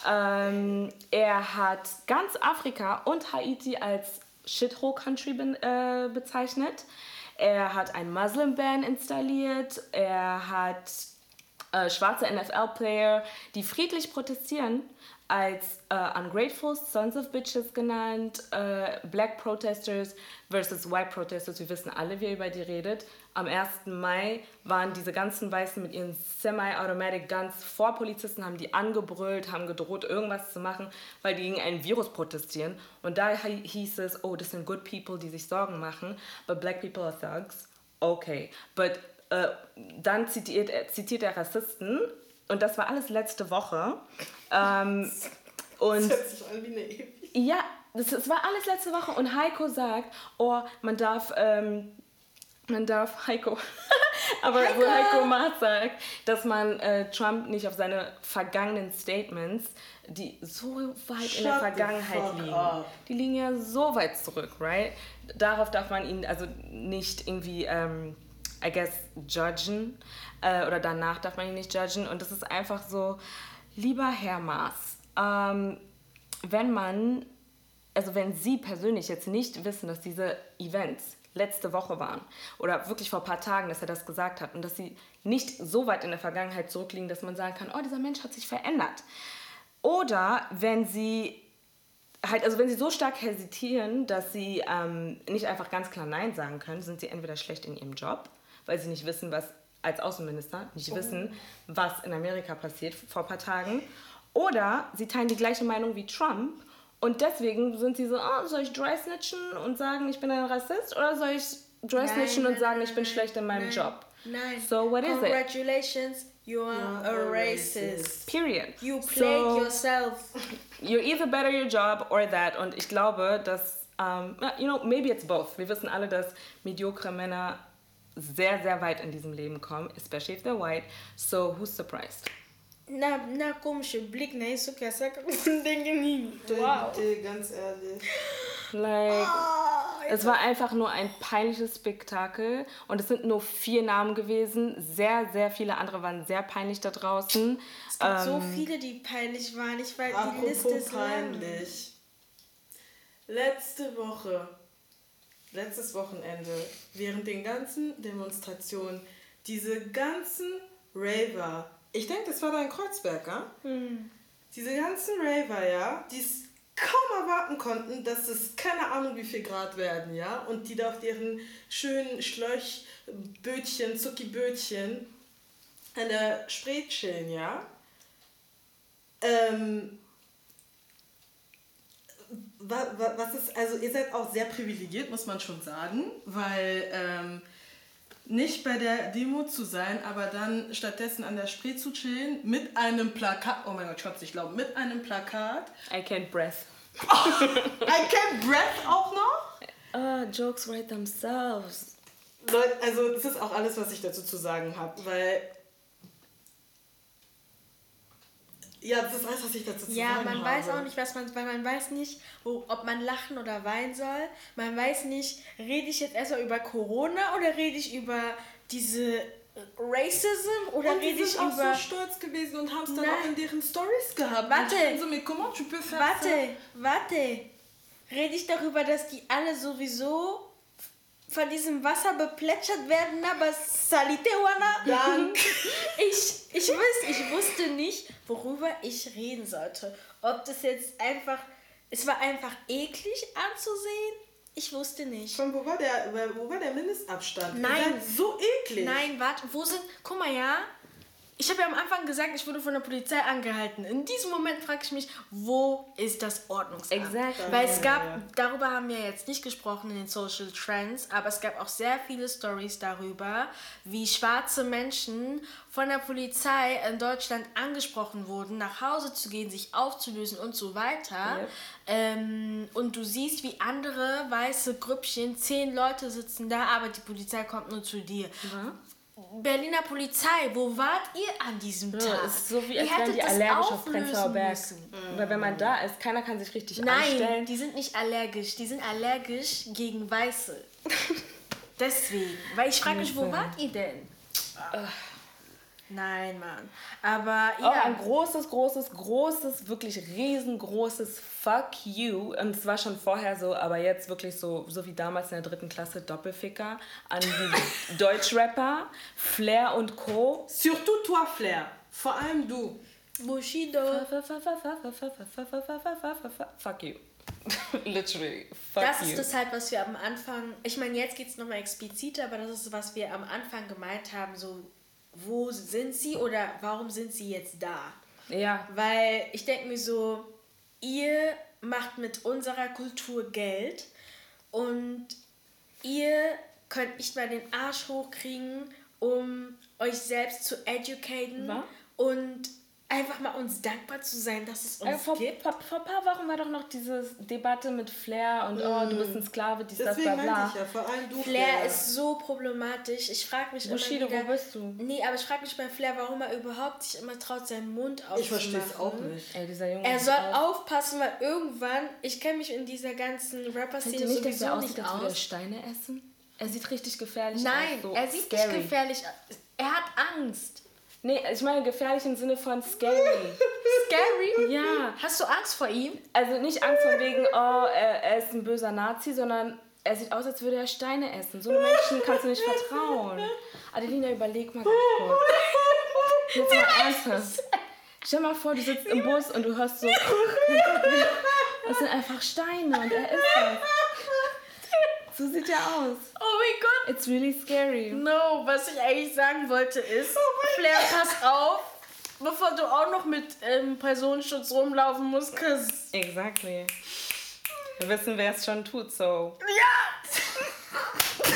Ähm, er hat ganz Afrika und Haiti als Shithole Country be- äh, bezeichnet. Er hat ein Muslim-Ban installiert. Er hat äh, schwarze N F L-Player, die friedlich protestieren, als äh, ungrateful sons of bitches genannt. Äh, Black Protesters versus White Protesters. Wir wissen alle, wie er über die redet. Am ersten Mai waren diese ganzen Weißen mit ihren Semi-Automatic Guns vor Polizisten, haben die angebrüllt, haben gedroht, irgendwas zu machen, weil die gegen ein Virus protestieren. Und da hieß es, oh, das sind good people, die sich Sorgen machen, but black people are thugs. Okay, but uh, dann zitiert, zitiert er Rassisten und das war alles letzte Woche. Ähm, und das hört sich an wie eine Ewigkeit. Ja, das, das war alles letzte Woche und Heiko sagt, oh, man darf... Ähm, Man darf, Heiko, aber Heiko. So Heiko Maas sagt, dass man äh, Trump nicht auf seine vergangenen Statements, die so weit Shut in der Vergangenheit liegen, up. die liegen ja so weit zurück, right? Darauf darf man ihn also nicht irgendwie, ähm, I guess, judgen äh, oder danach darf man ihn nicht judgen und das ist einfach so, lieber Herr Maas, ähm, wenn man, also wenn Sie persönlich jetzt nicht wissen, dass diese Events letzte Woche waren oder wirklich vor ein paar Tagen, dass er das gesagt hat und dass sie nicht so weit in der Vergangenheit zurückliegen, dass man sagen kann, oh, dieser Mensch hat sich verändert. Oder wenn sie halt, also wenn sie so stark hesitieren, dass sie ähm, nicht einfach ganz klar Nein sagen können, sind sie entweder schlecht in ihrem Job, weil sie nicht wissen, was als Außenminister, nicht oh. wissen, was in Amerika passiert vor ein paar Tagen, oder sie teilen die gleiche Meinung wie Trump. Und deswegen sind sie so, oh, soll ich dry snitchen und sagen, ich bin ein Rassist? Oder soll ich dry snitchen nein, und sagen, nein, ich bin nein, schlecht in meinem nein, Job? Nein. So what is it? Congratulations, you are You're a a racist. racist. Period. You played so, yourself. You're either better your job or that. Und ich glaube, dass, um, you know, maybe it's both. Wir wissen alle, dass mediokre Männer sehr, sehr weit in diesem Leben kommen, especially if they're white. So who's surprised? Na, na komische Blick, na ist okay, sag denke nie. Wow. Ganz ehrlich. Like, oh, es war einfach nur ein peinliches Spektakel und es sind nur vier Namen gewesen. Sehr, sehr viele andere waren sehr peinlich da draußen. Es gibt ähm, so viele, die peinlich waren. Ich weiß, apropos die Liste ist peinlich. Letzte Woche, letztes Wochenende, während den ganzen Demonstrationen, diese ganzen Raver, ich denke, das war da in Kreuzberg, ja? Hm. Diese ganzen Raver, ja, die es kaum erwarten konnten, dass es keine Ahnung wie viel Grad werden, ja, und die da auf deren schönen Schläuchbötchen, Zucki-Bötchen an der Spree chillen, ja. Ähm, was ist, also ihr seid auch sehr privilegiert, muss man schon sagen, weil ähm, nicht bei der Demo zu sein, aber dann stattdessen an der Spree zu chillen mit einem Plakat, oh mein Gott, ich konnte es nicht glauben, mit einem Plakat. I can't breath. Oh, I can't breath auch noch? Uh, jokes write themselves. Leute, also das ist auch alles, was ich dazu zu sagen habe, weil ja, das ist alles, was ich dazu zu ja, sagen habe. Ja, man weiß auch nicht, was man, weil man weiß nicht, wo, ob man lachen oder weinen soll. Man weiß nicht, rede ich jetzt erstmal über Corona oder rede ich über diese Racism oder und rede ich über... Und die sind auch über... so stolz gewesen und haben es dann auch in deren Stories gehabt. Warte, und so, mais comment tu peux faire warte, ça? warte. Rede ich darüber, dass die alle sowieso von diesem Wasser beplätschert werden, aber Salite wana. Dank. Ich, ich, wusste, ich wusste nicht, worüber ich reden sollte. Ob das jetzt einfach, es war einfach eklig anzusehen. Ich wusste nicht. Von wo war der, wo war der Mindestabstand? Nein. So eklig. Nein, warte, wo sind, guck mal, ja, Ich habe ja am Anfang gesagt, ich wurde von der Polizei angehalten. In diesem Moment frage ich mich, wo ist das Ordnungsamt? Exactly. Weil es gab, darüber haben wir jetzt nicht gesprochen in den Social Trends, aber es gab auch sehr viele Stories darüber, wie schwarze Menschen von der Polizei in Deutschland angesprochen wurden, nach Hause zu gehen, sich aufzulösen und so weiter. Yep. Ähm, und du siehst, wie andere weiße Grüppchen, zehn Leute sitzen da, aber die Polizei kommt nur zu dir. Mhm. Berliner Polizei, wo wart ihr an diesem Tag? Ja, es ist so wie als wären die allergisch auf Prenzlauer Berg. Mhm. Weil wenn man da ist, keiner kann sich richtig Nein, anstellen. Nein, die sind nicht allergisch. Die sind allergisch gegen Weiße. Deswegen. Weil ich frage mich, wo wart ihr denn? Nein, Mann. Aber ja. Auch ein großes, großes, großes, wirklich riesengroßes Fuck you. Und es war schon vorher so, aber jetzt wirklich so, so wie damals in der dritten Klasse, Doppelficker an die Deutschrapper, Flair und Co. Surtout toi, Flair. Vor allem du. Bushido. Fuck you. Literally. Fuck das you. ist das halt, was wir am Anfang, ich meine, jetzt geht es nochmal expliziter, aber das ist, was wir am Anfang gemeint haben, so, wo sind sie oder warum sind sie jetzt da? Ja. Weil ich denke mir so, ihr macht mit unserer Kultur Geld und ihr könnt nicht mal den Arsch hochkriegen, um euch selbst zu educaten Was? und einfach mal uns dankbar zu sein, dass es uns äh, vor, gibt. Vor, vor ein paar Wochen war doch noch diese Debatte mit Flair und mm. oh, du bist ein Sklave, dies, das, bla, bla. Ich ja, vor allem du, Flair, Flair ist so problematisch. Ich frage mich Bushido, immer wieder... wo bist du? Nee, aber ich frage mich bei Flair, warum er überhaupt sich immer traut, seinen Mund aufzumachen. Ich verstehe es auch nicht. Ey, dieser Junge er soll auf. aufpassen, weil irgendwann... Ich kenne mich in dieser ganzen Rapper-Szene nicht, sowieso dass nicht aussieht, aus. Als Steine essen? Er sieht richtig gefährlich Nein, aus. Nein, so er sieht scary. nicht gefährlich aus. Er hat Angst. Nee, ich meine gefährlich im Sinne von scary. Scary? Ja. Hast du Angst vor ihm? Also nicht Angst von wegen, oh, er, er ist ein böser Nazi, sondern er sieht aus, als würde er Steine essen. So einem Menschen kannst du nicht vertrauen. Adelina, überleg mal ganz kurz. Jetzt mal ernsthaft. Stell mal vor, du sitzt im Bus und du hörst so, das sind einfach Steine und er isst das. So sieht er aus. Oh mein Gott. It's really scary. No, was ich eigentlich sagen wollte ist, oh Flair, pass auf, bevor du auch noch mit ähm, Personenschutz rumlaufen musst, cause... Exactly. Wir wissen, wer es schon tut, so... Ja!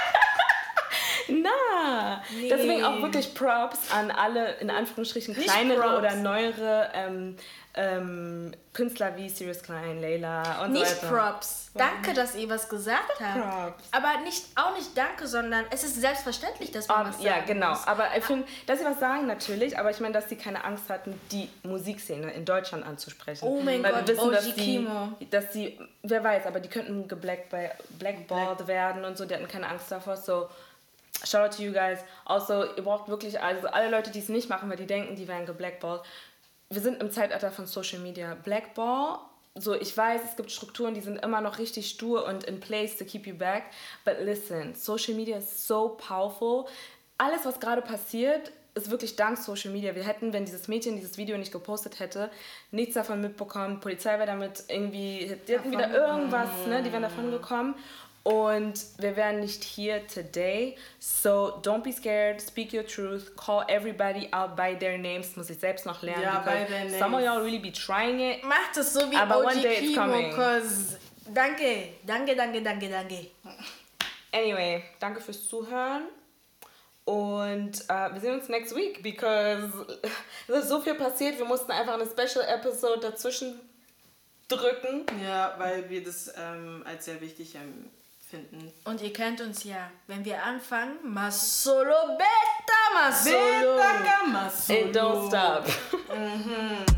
Na! Nee. Deswegen auch wirklich Props an alle, in Anführungsstrichen, kleinere oder neuere ähm, ähm, Künstler wie Sirius Klein, Layla und nicht so weiter. Nicht Props. Danke, dass ihr was gesagt habt. Props. Aber nicht, auch nicht Danke, sondern es ist selbstverständlich, dass man um, was sagen Ja, genau. muss. Aber ich finde, dass sie was sagen natürlich, aber ich meine, dass sie keine Angst hatten, die Musikszene in Deutschland anzusprechen. Oh mein Weil Gott, wir wissen, O G dass die, Kimo. dass sie, wer weiß, aber die könnten geblackballed Black. werden und so, die hatten keine Angst davor, so... Shout out to you guys. Also, ihr braucht wirklich, also alle Leute, die es nicht machen, weil die denken, die wären geblackballed. Wir sind im Zeitalter von Social Media. Blackball, so ich weiß, es gibt Strukturen, die sind immer noch richtig stur und in place to keep you back. But listen, Social Media is so powerful. Alles, was gerade passiert, ist wirklich dank Social Media. Wir hätten, wenn dieses Mädchen dieses Video nicht gepostet hätte, nichts davon mitbekommen. Die Polizei wäre damit irgendwie, die hätten wieder irgendwas, ne, die wären davon gekommen. Und wir wären nicht hier today. So, don't be scared, speak your truth, call everybody out by their names. Muss ich selbst noch lernen. Ja, by their names. Some of y'all really be trying it. Macht es so wie aber O G one day it's Kimo, coming. cause danke, danke, danke, danke, danke. Anyway, danke fürs Zuhören. Und äh, wir sehen uns next week, because es ist so viel passiert. Wir mussten einfach eine Special Episode dazwischen drücken. Ja, weil wir das ähm, als sehr wichtig ähm, finden. Und ihr kennt uns ja, wenn wir anfangen, más solo beta, más solo. Beta, más solo. It don't stop. Mhm.